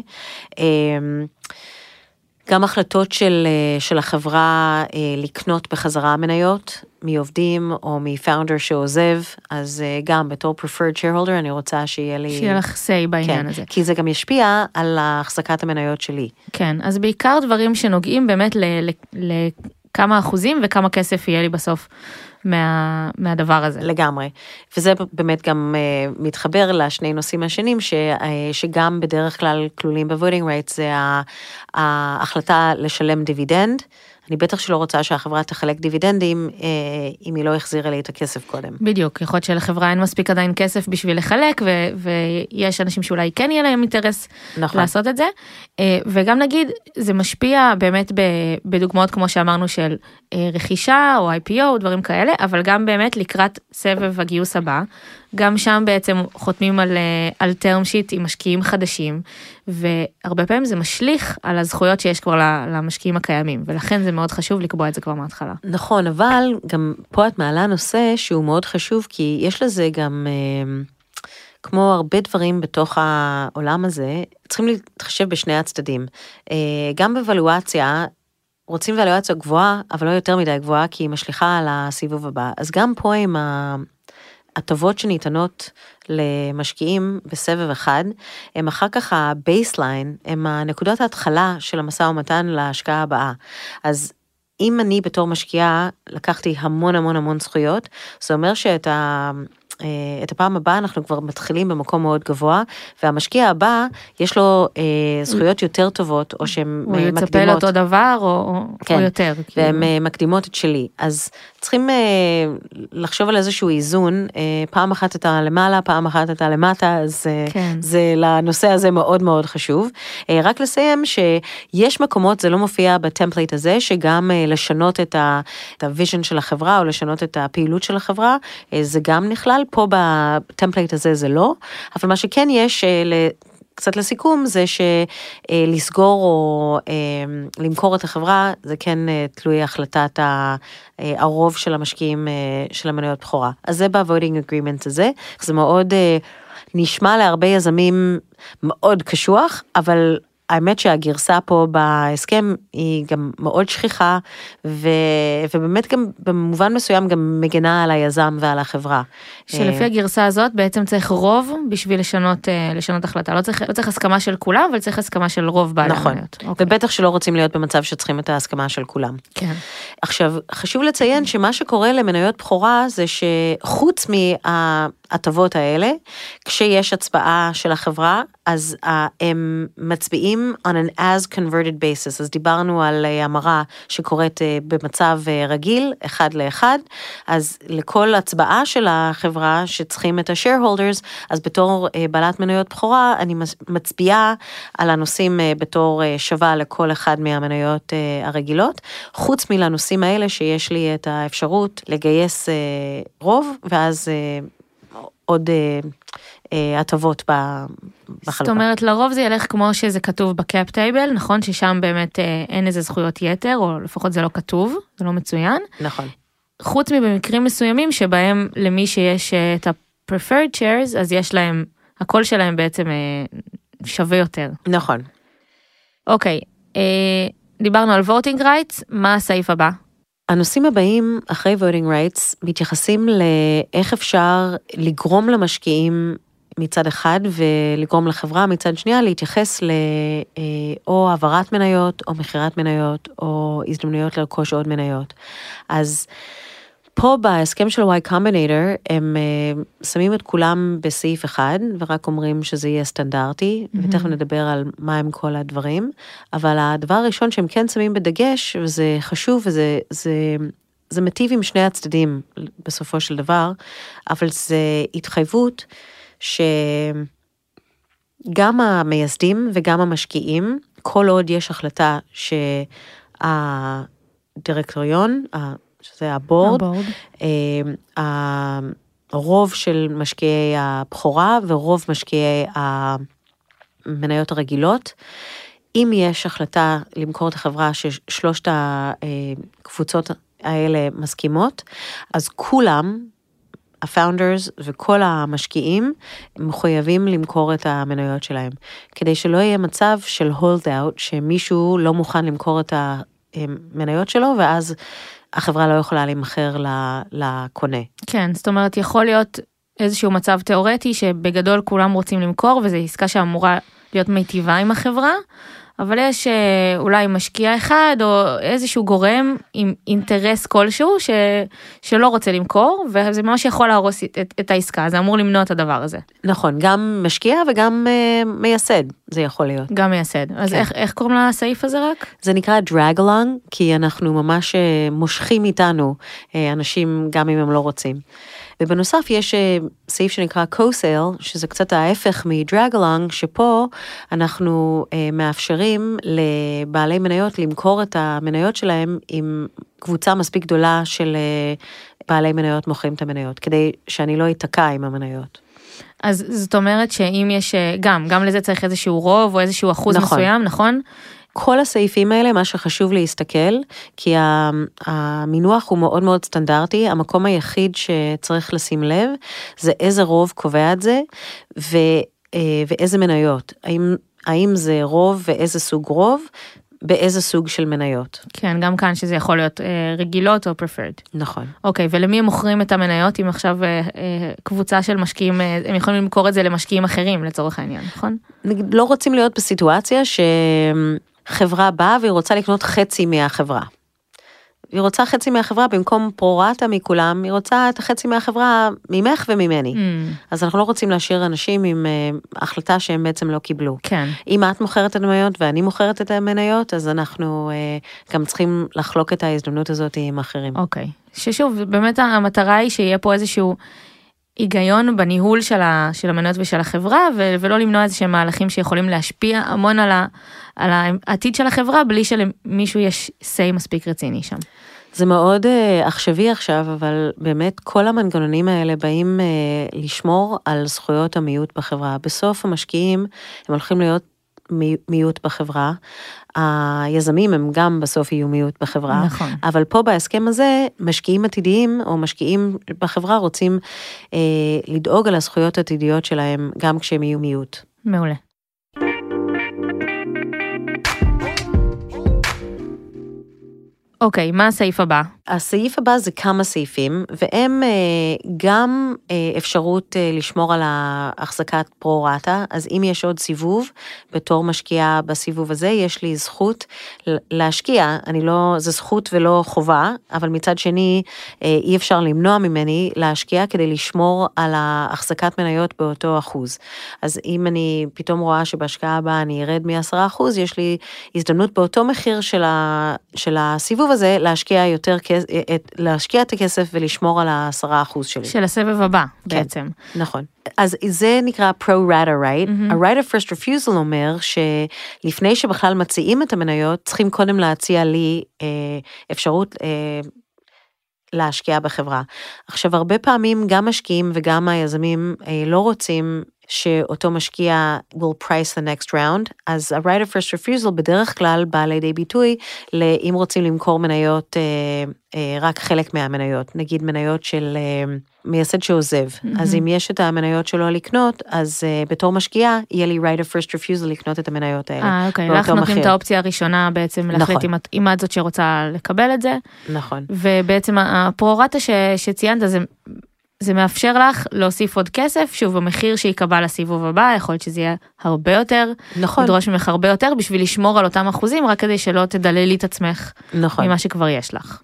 גם החלטות של החברה לקנות בחזרה מניות, מעובדים או מפאונדר שעוזב, אז גם בתור preferred shareholder אני רוצה שיהיה
לך say בעניין
כן,
הזה.
כי זה גם ישפיע על החזקת המניות שלי.
כן, אז בעיקר דברים שנוגעים באמת לכמה אחוזים וכמה כסף יהיה לי בסוף מהדבר הזה.
לגמרי. וזה באמת גם מתחבר לשני נושאים השונים, שגם בדרך כלל כלולים ב-voting rights, זה ההחלטה לשלם דיבידנד. אני בטח שלא רוצה שהחברה תחלק דיבידנדים, אם היא לא החזירה לי את הכסף קודם.
בדיוק, יכול להיות שלחברה אין מספיק עדיין כסף בשביל לחלק, ויש אנשים שאולי כן יהיה להם אינטרס לעשות את זה. וגם נגיד, זה משפיע באמת בדוגמאות כמו שאמרנו של רכישה או IPO, דברים כאלה, אבל גם באמת לקראת סבב הגיוס הבא, גם שם בעצם חותמים על term sheet עם משקיעים חדשים, והרבה פעמים זה משליך על הזכויות שיש כבר למשקיעים הקיימים, ולכן זה מאוד חשוב לקבוע את זה כבר מההתחלה.
נכון, אבל גם פה את מעלה נושא שהוא מאוד חשוב, כי יש לזה גם, כמו הרבה דברים בתוך העולם הזה, צריכים להתחשב בשני הצדדים. גם בוולואציה, רוצים וולואציה גבוהה, אבל לא יותר מדי גבוהה, כי היא משליכה על הסיבוב הבא. אז גם פה עם הטובות שניתנות למשקיעים בסבב אחד, הם אחר כך הבייסליין, הם הנקודות ההתחלה של המשא ומתן להשקעה הבאה. אז אם אני בתור משקיעה לקחתי המון המון המון זכויות, זה אומר את הפעם הבאה אנחנו כבר מתחילים במקום מאוד גבוה, והמשקיע הבא יש לו זכויות יותר טובות, או שהן מקדימות.
הוא יצפה לאותו דבר, או יותר.
והן מקדימות את שלי. אז צריכים לחשוב על איזשהו איזון, פעם אחת אתה למעלה, פעם אחת אתה למטה, אז זה לנושא הזה מאוד מאוד חשוב. רק לסיים שיש מקומות, זה לא מופיע בטמפלייט הזה, שגם לשנות את הוויז'ן של החברה, או לשנות את הפעילות של החברה, זה גם נכלל. פה בטמפלייט הזה זה לא, אבל מה שכן יש קצת לסיכום, זה שלסגור או למכור את החברה, זה כן תלוי החלטת הרוב של המשקיעים של המניות בחורה. אז זה ב-voting agreement הזה, זה מאוד נשמע להרבה יזמים מאוד קשוח, אבל האמת שהגרסה פה בהסכם היא גם מאוד שכיחה, ובאמת גם במובן מסוים גם מגנה על היזם ועל החברה.
שלפי הגרסה הזאת בעצם צריך רוב בשביל לשנות החלטה. לא צריך הסכמה של כולם, אבל צריך הסכמה של רוב בעלי המניות.
נכון, ובטח שלא רוצים להיות במצב שצריכים את ההסכמה של כולם.
כן.
עכשיו, חשוב לציין שמה שקורה למניות בחורה, זה שחוץ מההטבות האלה, כשיש הצבעה של החברה, אז הם מצביעים on an as converted basis, אז דיברנו על המרה שקורית במצב רגיל, 1-1, אז לכל הצבעה של החברה שצריכים את ה-shareholders, אז בתור בעלת מניות בחורה, אני מצביעה על הנושאים בתור שווה לכל אחד מהמניות הרגילות, חוץ מלנושאים האלה שיש לי את האפשרות לגייס רוב, ואז עוד הטבות בחלוקה.
זאת אומרת, לרוב זה ילך כמו שזה כתוב בקאפ טייבל, נכון? ששם באמת אין איזה זכויות יתר, או לפחות זה לא כתוב, זה לא מצוין.
נכון.
חוץ מבמקרים מסוימים, שבהם למי שיש את ה-preferred shares, אז יש להם, הקול שלהם בעצם שווה יותר.
נכון.
אוקיי, דיברנו על voting rights, מה הסעיף הבא?
הנושאים הבאים אחרי voting rights מתייחסים לאיך אפשר לגרום למשקיעים מצד אחד, ולגרום לחברה מצד שנייה להתייחס או העברת מניות, או מחירת מניות, או הזדמנויות לרכוש עוד מניות. אז פה בהסכם של Y Combinator, הם שמים את כולם בסעיף אחד, ורק אומרים שזה יהיה סטנדרטי, ותכף נדבר על מה הם כל הדברים, אבל הדבר הראשון שהם כן שמים בדגש, וזה חשוב, זה מטיב עם שני הצדדים בסופו של דבר, אבל זה התחייבות שגם המייסדים וגם המשקיעים, כל עוד יש החלטה שהדירקטוריון, שזה הבורד, הרוב של משקיעי הבחורה ורוב משקיעי המניות הרגילות, אם יש החלטה למכור את החברה ששלושת הקבוצות האלה מסכימות, אז כולם, הפאונדרס וכל המשקיעים, מחויבים למכור את המניות שלהם, כדי שלא יהיה מצב של hold out, שמישהו לא מוכן למכור את המניות שלו, ואז החברה לא יכולה למכר לקונה.
כן, זאת אומרת, יכול להיות איזשהו מצב תיאורטי, שבגדול כולם רוצים למכור, וזו עסקה שאמורה להיות מיטיבה עם החברה, אבל יש אולי משקיע אחד, או איזשהו גורם עם אינטרס כלשהו, שלא רוצה למכור, וזה ממש יכול להרוס את העסקה, זה אמור למנוע את הדבר הזה.
נכון, גם משקיע וגם מייסד, זה יכול להיות.
גם מייסד. אז
כן.
איך קוראים לסעיף הזה רק?
זה נקרא drag along, כי אנחנו ממש מושכים איתנו אנשים, גם אם הם לא רוצים. ובנוסף יש סעיף שנקרא co-sale, שזה קצת ההפך מ-drag along, שפה אנחנו מאפשרים לבעלי מניות למכור את המניות שלהם עם קבוצה מספיק גדולה של בעלי מניות מוכרים את המניות, כדי שאני לא אתקע עם המניות.
אז זאת אומרת שאם יש, גם לזה צריך איזשהו רוב או איזשהו אחוז מסוים, נכון?
כל הסעיפים האלה, מה שחשוב להסתכל, כי המינוח הוא מאוד מאוד סטנדרטי, המקום היחיד שצריך לשים לב, זה איזה רוב קובע את זה, ואיזה מניות. האם זה רוב ואיזה סוג רוב, באיזה סוג של מניות.
כן, גם כאן שזה יכול להיות רגילות או preferred.
נכון.
אוקיי, ולמי הם מוכרים את המניות, אם עכשיו קבוצה של משקיעים, הם יכולים למכור את זה למשקיעים אחרים, לצורך העניין, נכון?
לא רוצים להיות בסיטואציה חברה באה והיא רוצה לקנות חצי מהחברה. היא רוצה חצי מהחברה, במקום פרורטה מכולם, היא רוצה את החצי מהחברה ממך וממני. אז אנחנו לא רוצים להשאיר אנשים עם החלטה שהם בעצם לא קיבלו.
כן.
אם את מוכרת את המניות ואני מוכרת את המניות, אז אנחנו גם צריכים לחלוק את ההזדמנות הזאת עם אחרים.
אוקיי. ששוב, באמת המטרה היא שיהיה פה איזשהו היגיון בניהול של המניות ושל החברה, ולא למנוע איזשהם מהלכים שיכולים להשפיע המון על העתיד של החברה, בלי שלמישהו יש say מספיק רציני שם.
זה מאוד עכשווי עכשיו, אבל באמת כל המנגנונים האלה באים לשמור על זכויות המיעוט בחברה. בסוף המשקיעים הם הולכים להיות מיעוט בחברה, היזמים הם גם בסוף יהיו מיעוט בחברה,
נכון.
אבל פה בהסכם הזה, משקיעים עתידיים או משקיעים בחברה רוצים לדאוג על הזכויות העתידיות שלהם, גם כשהם יהיו מיעוט.
מעולה. אוקיי, מה הסעיף הבא?
הסעיף הבא זה כמה סעיפים, והם גם אפשרות לשמור על ההחזקת פרו-רטה, אז אם יש עוד סיבוב, בתור משקיעה בסיבוב הזה, יש לי זכות להשקיע, זה זכות ולא חובה, אבל מצד שני, אי אפשר למנוע ממני להשקיע, כדי לשמור על ההחזקת מניות באותו אחוז. אז אם אני פתאום רואה שבהשקעה הבאה אני ארד מ10%, יש לי הזדמנות באותו מחיר של הסיבוב הזה, להשקיע את הכסף ולשמור על 10% שלי.
של הסבב הבא,
כן,
בעצם.
נכון. אז זה נקרא pro-rata right. ה-right of first refusal אומר שלפני שבכלל מציעים את המניות, צריכים קודם להציע לי אפשרות להשקיע בחברה. עכשיו, הרבה פעמים גם משקיעים וגם היזמים לא רוצים שאותו משקיע will price the next round, אז ה-right of first refusal בדרך כלל בא לידי ביטוי, אם רוצים למכור מניות, רק חלק מהמניות, נגיד מניות של מייסד שעוזב, אז אם יש את המניות שלו לקנות, אז בתור משקיעה, יהיה לי right of first refusal לקנות את המניות האלה.
אוקיי, לך נותנים את האופציה הראשונה בעצם להחליט אם את זאת שרוצה לקבל את זה.
נכון.
ובעצם הפרו-רטה שציינת, זה זה מאפשר לך להוסיף עוד כסף, שוב, המחיר שיקבע לסיבוב הבא, יכול להיות שזה יהיה הרבה יותר,
נכון.
לדרוש ממך הרבה יותר, בשביל לשמור על אותם אחוזים, רק כדי שלא תדללי את עצמך,
נכון.
ממה שכבר יש לך.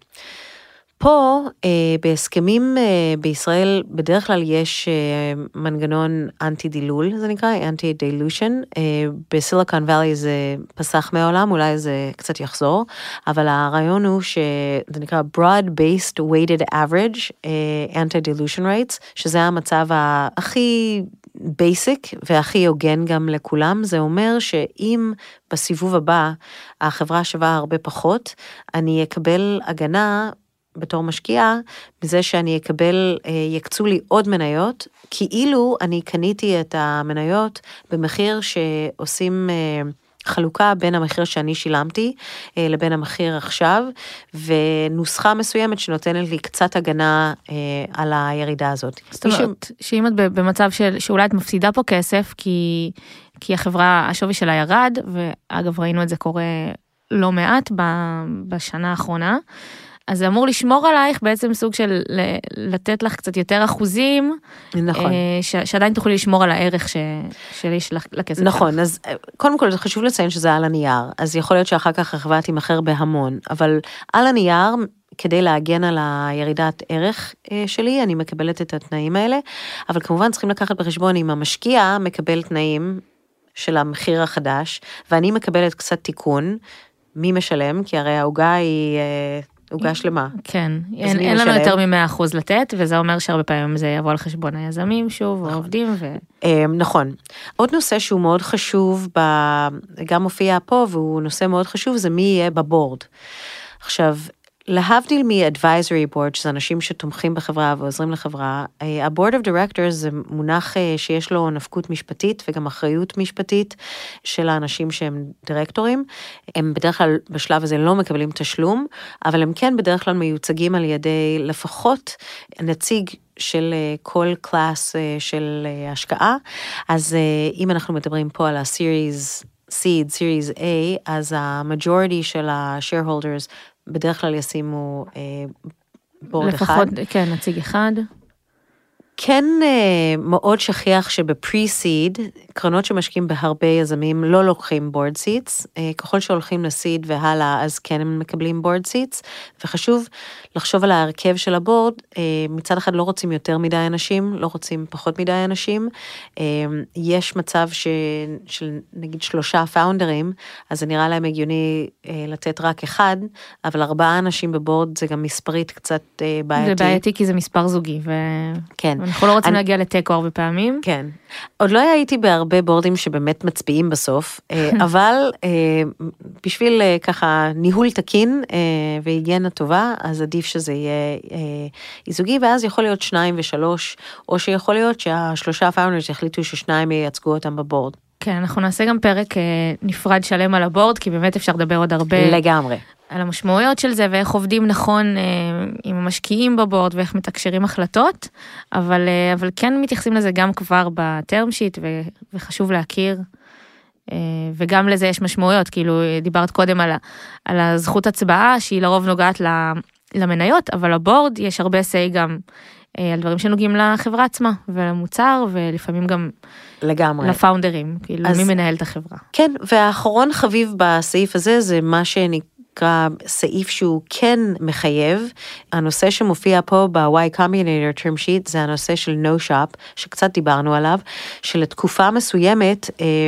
פה, בהסכמים בישראל, בדרך כלל יש מנגנון אנטי-דילול, זה נקרא, אנטי-דילושן. בסיליקון ואלי זה פסח מהעולם, אולי זה קצת יחזור, אבל הרעיון הוא שזה נקרא Broad-Based Weighted Average Anti-Dilution Rates, שזה המצב הכי בייסיק והכי הוגן גם לכולם. זה אומר שאם בסיבוב הבא החברה שווה הרבה פחות, אני אקבל הגנה בתור משקיעה, מזה שאני אקבל, יקצו לי עוד מניות, כאילו אני קניתי את המניות במחיר שעושים חלוקה בין המחיר שאני שילמתי, לבין המחיר עכשיו, ונוסחה מסוימת שנותנת לי קצת הגנה על הירידה הזאת.
זאת אומרת, שאם את במצב שאולי את מפסידה פה כסף, כי החברה, השווי שלה ירד, ואגב ראינו את זה קורה לא מעט בשנה האחרונה, אז זה אמור לשמור עלייך בעצם סוג של לתת לך קצת יותר אחוזים,
נכון.
שעדיין תוכלי לשמור על הערך שיש לכסף.
נכון, אז קודם כל זה חשוב לציין שזה על הנייר, אז יכול להיות שאחר כך החברה תימכר בהמון, אבל על הנייר, כדי להגן על הירידת ערך שלי, אני מקבלת את התנאים האלה, אבל כמובן צריכים לקחת בחשבון אם המשקיע מקבל תנאים של המחיר החדש, ואני מקבלת קצת תיקון, מי משלם? כי הרי ההוגה היא עוגה שלמה.
כן, אין לנו יותר מ100% לתת, וזה אומר שהרבה פעמים זה יבוא על חשבון היזמים שוב, או העובדים.
נכון. עוד נושא שהוא מאוד חשוב, גם מופיע פה, והוא נושא מאוד חשוב, זה מי יהיה בבורד. עכשיו, להבדיל מ-advisory board, שזה אנשים שתומכים בחברה ועוזרים לחברה, ה-board of directors זה מונח שיש לו נפקות משפטית וגם אחריות משפטית של האנשים שהם דירקטורים. הם בדרך כלל בשלב הזה לא מקבלים תשלום, אבל הם כן בדרך כלל מיוצגים על ידי לפחות נציג של כל קלאס של השקעה. אז אם אנחנו מדברים פה על ה-series seed, series A, אז ה-majority של ה-shareholders בדרך כלל ישימו בורד אחד.
לפחות, כן, נציג אחד.
כן, מאוד שכיח שבפרי-סיד, קרנות שמשקיעים בהרבה יזמים לא לוקחים בורד סיטס, ככל שהולכים לסיד והלאה, אז כן הם מקבלים בורד סיטס, וחשוב לחשוב על ההרכב של הבורד, מצד אחד לא רוצים יותר מדי אנשים, לא רוצים פחות מדי אנשים, יש מצב של נגיד 3 פאונדרים, אז זה נראה להם הגיוני לתת רק אחד, אבל 4 אנשים בבורד זה גם מספרית קצת בעייתי.
זה בעייתי כי זה מספר זוגי,
כן.
אנחנו לא רוצים להגיע לטקו הרבה פעמים.
כן. עוד לא הייתי בהרבה בורדים שבאמת מצביעים בסוף, אבל בשביל ככה ניהול תקין והיגיינה טובה, אז עדיף שזה יהיה זוגי, ואז יכול להיות 2 ו3, או שיכול להיות שה3 פאונדרס יחליטו ש2 ייצגו אותם בבורד.
כן, אנחנו נעשה גם פרק נפרד שלם על הבורד, כי באמת אפשר לדבר עוד הרבה.
לגמרי.
על המשמעויות של זה, ואיך עובדים נכון עם המשקיעים בבורד, ואיך מתקשרים החלטות, אבל כן מתייחסים לזה גם כבר בטרם שיט, וחשוב להכיר, וגם לזה יש משמעויות, כאילו דיברת קודם על הזכות הצבעה, שהיא לרוב נוגעת למניות, אבל לבורד יש הרבה סי גם על דברים שנוגעים לחברה עצמה, ולמוצר, ולפעמים גם
לגמרי.
לפאונדרים, כאילו מי מנהל את החברה.
כן, והאחרון חביב בסעיף הזה, זה מה שנקרא סעיף שהוא כן מחייב, הנושא שמופיע פה ב-Y Combinator Term Sheet, זה הנושא של No Shop, שקצת דיברנו עליו, שלתקופה מסוימת,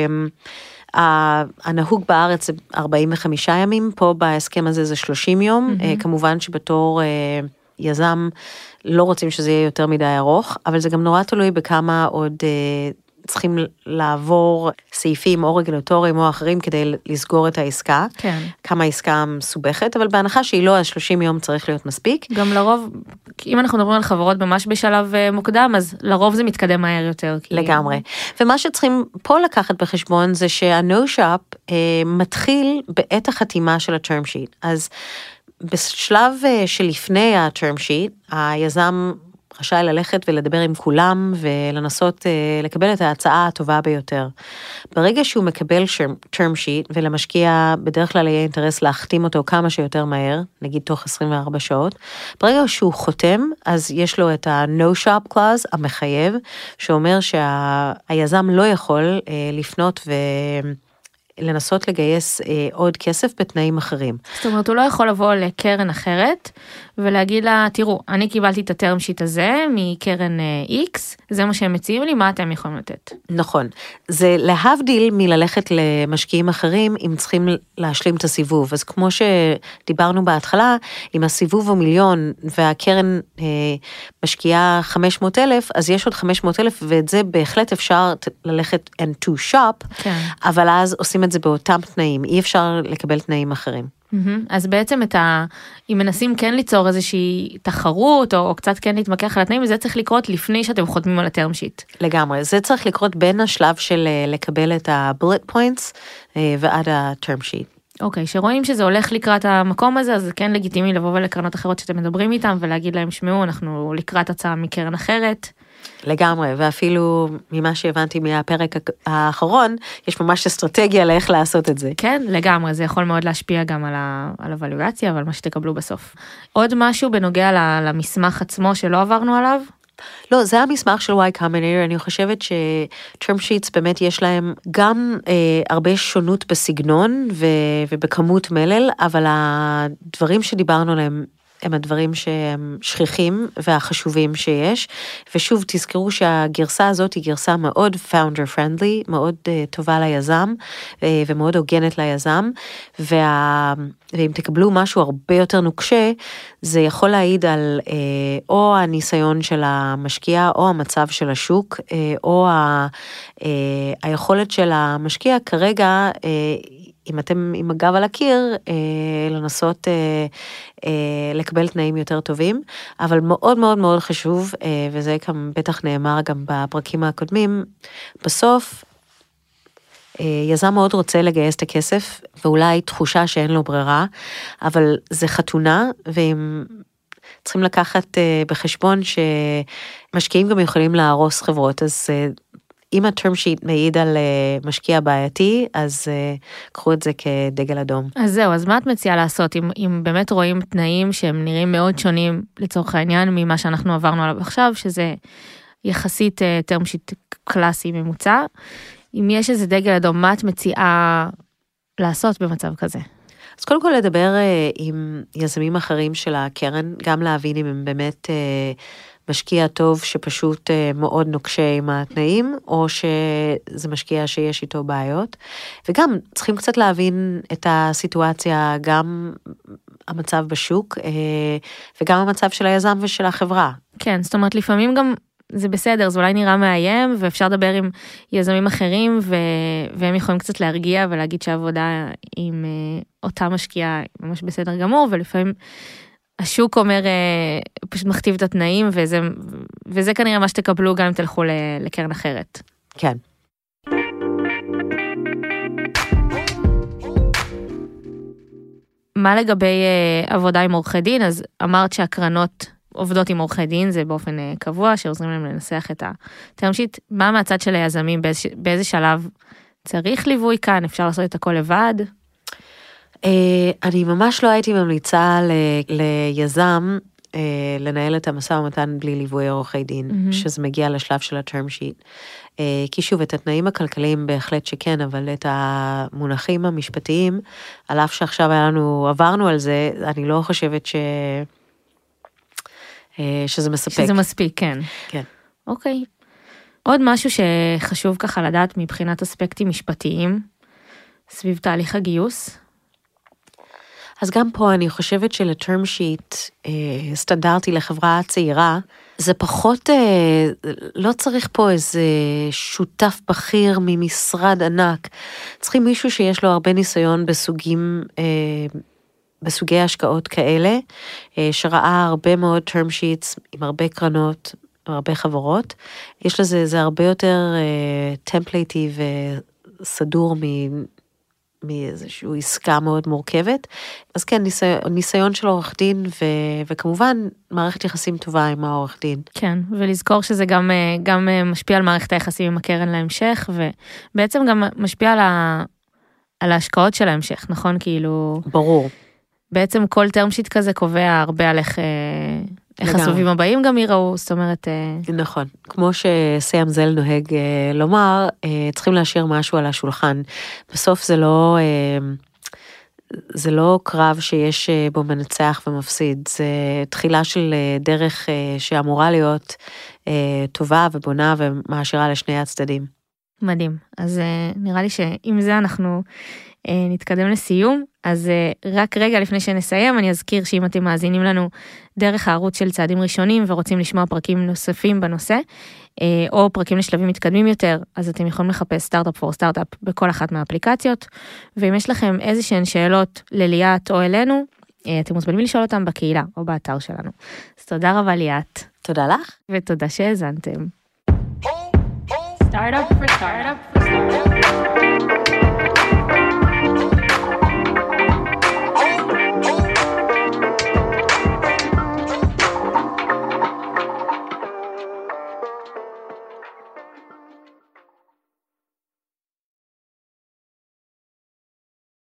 הנהוג בארץ זה 45 ימים, פה בהסכם הזה זה 30 יום, כמובן שבתור יזם לא רוצים שזה יהיה יותר מדי ארוך, אבל זה גם נורא תלוי בכמה עוד צריכים לעבור סעיפים או רגולטוריים או אחרים כדי לסגור את העסקה.
כן.
כמה העסקה מסובכת, אבל בהנחה שהיא לא, אז 30 יום צריך להיות מספיק.
גם לרוב, אם אנחנו מדברים על חברות ממש בשלב מוקדם, אז לרוב זה מתקדם מהר יותר.
לגמרי. ומה שצריכים פה לקחת בחשבון זה שה-No Shop מתחיל בעת החתימה של ה-Term Sheet. אז בשלב שלפני ה-Term Sheet, היזם רשאי ללכת ולדבר עם כולם ולנסות לקבל את ההצעה הטובה ביותר. ברגע שהוא מקבל term sheet ולמשקיע בדרך כלל יהיה אינטרס להחתים אותו כמה שיותר מהר, נגיד תוך 24 שעות, ברגע שהוא חותם אז יש לו את ה-no shop clause המחייב, שאומר שהיזם לא יכול לפנות לנסות לגייס עוד כסף בתנאים אחרים.
זאת אומרת, הוא לא יכול לבוא לקרן אחרת, ולהגיד לה, תראו, אני קיבלתי את הטרם שיט הזה, מקרן X, זה מה שהם מציעים לי, מה אתם יכולים לתת?
נכון. זה להבדיל מללכת למשקיעים אחרים, אם צריכים להשלים את הסיבוב. אז כמו שדיברנו בהתחלה, אם הסיבוב הוא 1,000,000, והקרן משקיעה 500,000, אז יש עוד 500,000, ואת זה בהחלט אפשר ללכת and to shop, כן. אבל אז עושים את זה באותם תנאים, אי אפשר לקבל תנאים אחרים.
אז בעצם אם מנסים כן ליצור איזושהי תחרות, או קצת כן להתמקח על התנאים, זה צריך לקרות לפני שאתם חותמים על הטרם שיט.
לגמרי, זה צריך לקרות בין השלב של לקבל את ה-bullet points, ועד ה-term sheet.
אוקיי, שרואים שזה הולך לקראת המקום הזה, אז זה כן לגיטימי לבוא ולקרנות אחרות שאתם מדברים איתם, ולהגיד להם, שמעו, אנחנו לקראת הצעה מקרן אחרת.
לגמרי, ואפילו ממה שהבנתי מהפרק האחרון, יש ממש אסטרטגיה לאיך לעשות את זה.
כן, לגמרי, זה יכול מאוד להשפיע גם על הוואלואציה, אבל מה שתקבלו בסוף. עוד משהו בנוגע למסמך עצמו שלא עברנו עליו?
לא, זה המסמך של Y Combinator, אני חושבת ש-term sheets באמת יש להם גם הרבה שונות בסגנון ובכמות מלל, אבל הדברים שדיברנו עליהם, הם הדברים שהם שכיחים והחשובים שיש, ושוב תזכרו שהגרסה הזאת היא גרסה מאוד founder friendly, מאוד טובה ליזם, ומאוד הוגנת ליזם, ואם תקבלו משהו הרבה יותר נוקשה, זה יכול להעיד על או הניסיון של המשקיע, או המצב של השוק, או היכולת של המשקיע כרגע, אם אתם עם הגב על הקיר, לנסות לקבל תנאים יותר טובים, אבל מאוד מאוד מאוד חשוב, וזה גם בטח נאמר גם בפרקים הקודמים, בסוף, יזם מאוד רוצה לגייס את הכסף, ואולי תחושה שאין לו ברירה, אבל זה חתונה, והם צריכים לקחת בחשבון שמשקיעים גם יכולים להרוס חברות, אז אם ה-term sheet מעיד על משקיע בעייתי, אז קחו את זה כדגל אדום.
אז זהו, אז מה את מציעה לעשות? אם באמת רואים תנאים שהם נראים מאוד שונים לצורך העניין ממה שאנחנו עברנו עליו עכשיו, שזה יחסית term sheet קלאסי ממוצע, אם יש איזה דגל אדום, מה את מציעה לעשות במצב כזה?
אז קודם כל לדבר עם יזמים אחרים של הקרן, גם להבין אם הם באמת משקיע טוב שפשוט מאוד נוקשה עם התנאים, או שזה משקיע שיש איתו בעיות. וגם צריכים קצת להבין את הסיטואציה, גם המצב בשוק, וגם המצב של היזם ושל החברה.
כן, זאת אומרת, לפעמים גם זה בסדר, זה אולי נראה מאיים, ואפשר לדבר עם יזמים אחרים, והם יכולים קצת להרגיע ולהגיד שהעבודה עם אותה משקיעה ממש בסדר גמור, ולפעמים השוק אומר, פשוט מכתיב את התנאים, וזה כנראה מה שתקבלו גם אם תלכו לקרן אחרת.
כן.
מה לגבי עבודה עם עורכי דין? אז אמרת שהקרנות עובדות עם עורכי דין, זה באופן קבוע, שעוזרים להם לנסח את הטרם שיט. מה מהצד של היזמים, באיזה שלב צריך ליווי כאן? אפשר לעשות את הכל לבד?
אני ממש לא הייתי ממליצה ליזם לנהל את המשא ומתן בלי ליווי עורכי דין, שזה מגיע לשלב של הטרם שיט. כי שוב, את התנאים הכלכליים בהחלט שכן, אבל את המונחים המשפטיים, על אף שעכשיו עברנו על זה, אני לא חושבת שזה מספק.
שזה מספיק, כן.
כן.
אוקיי. עוד משהו שחשוב ככה לדעת מבחינת אספקטים משפטיים, סביב תהליך הגיוס.
אז גם פה אני חושבת שלטרם שיט סטנדרטי לחברה צעירה, זה פחות, לא צריך פה איזה שותף בכיר ממשרד ענק, צריכים מישהו שיש לו הרבה ניסיון בסוגי השקעות כאלה, שראה הרבה מאוד term sheets עם הרבה קרנות, עם הרבה חברות, יש לזה, זה הרבה יותר טמפלייטי וסדור מאיזושהי עסקה מאוד מורכבת. אז כן, ניסיון של עורך דין, וכמובן מערכת יחסים טובה עם העורך דין.
כן, ולזכור שזה גם משפיע על מערכת היחסים עם הקרן להמשך, ובעצם גם משפיע על ההשקעות של ההמשך, נכון? כאילו...
ברור.
בעצם כל term sheet כזה קובע הרבה על איך הסבבים הבאים גם יראו, זאת אומרת...
נכון, כמו שסם זל נוהג לומר, צריכים להשאיר משהו על השולחן. בסוף זה לא קרב שיש בו מנצח ומפסיד, זה תחילה של דרך שאמורה להיות טובה ובונה ומעשירה לשני הצדדים.
מדהים, אז נראה לי שעם זה אנחנו נתקדם לסיום, אז רק רגע לפני שנסיים, אני אזכיר שאם אתם מאזינים לנו דרך הערוץ של צעדים ראשונים, ורוצים לשמוע פרקים נוספים בנושא, או פרקים לשלבים מתקדמים יותר, אז אתם יכולים לחפש סטארט-אפ פור סטארט-אפ בכל אחת מהאפליקציות, ואם יש לכם איזשהן שאלות לליאת או אלינו, אתם מוזמנים לשאול אותם בקהילה או באתר שלנו. אז תודה רבה ליאת.
תודה לך.
ותודה שהאזנתם.
Startup for startup for startup.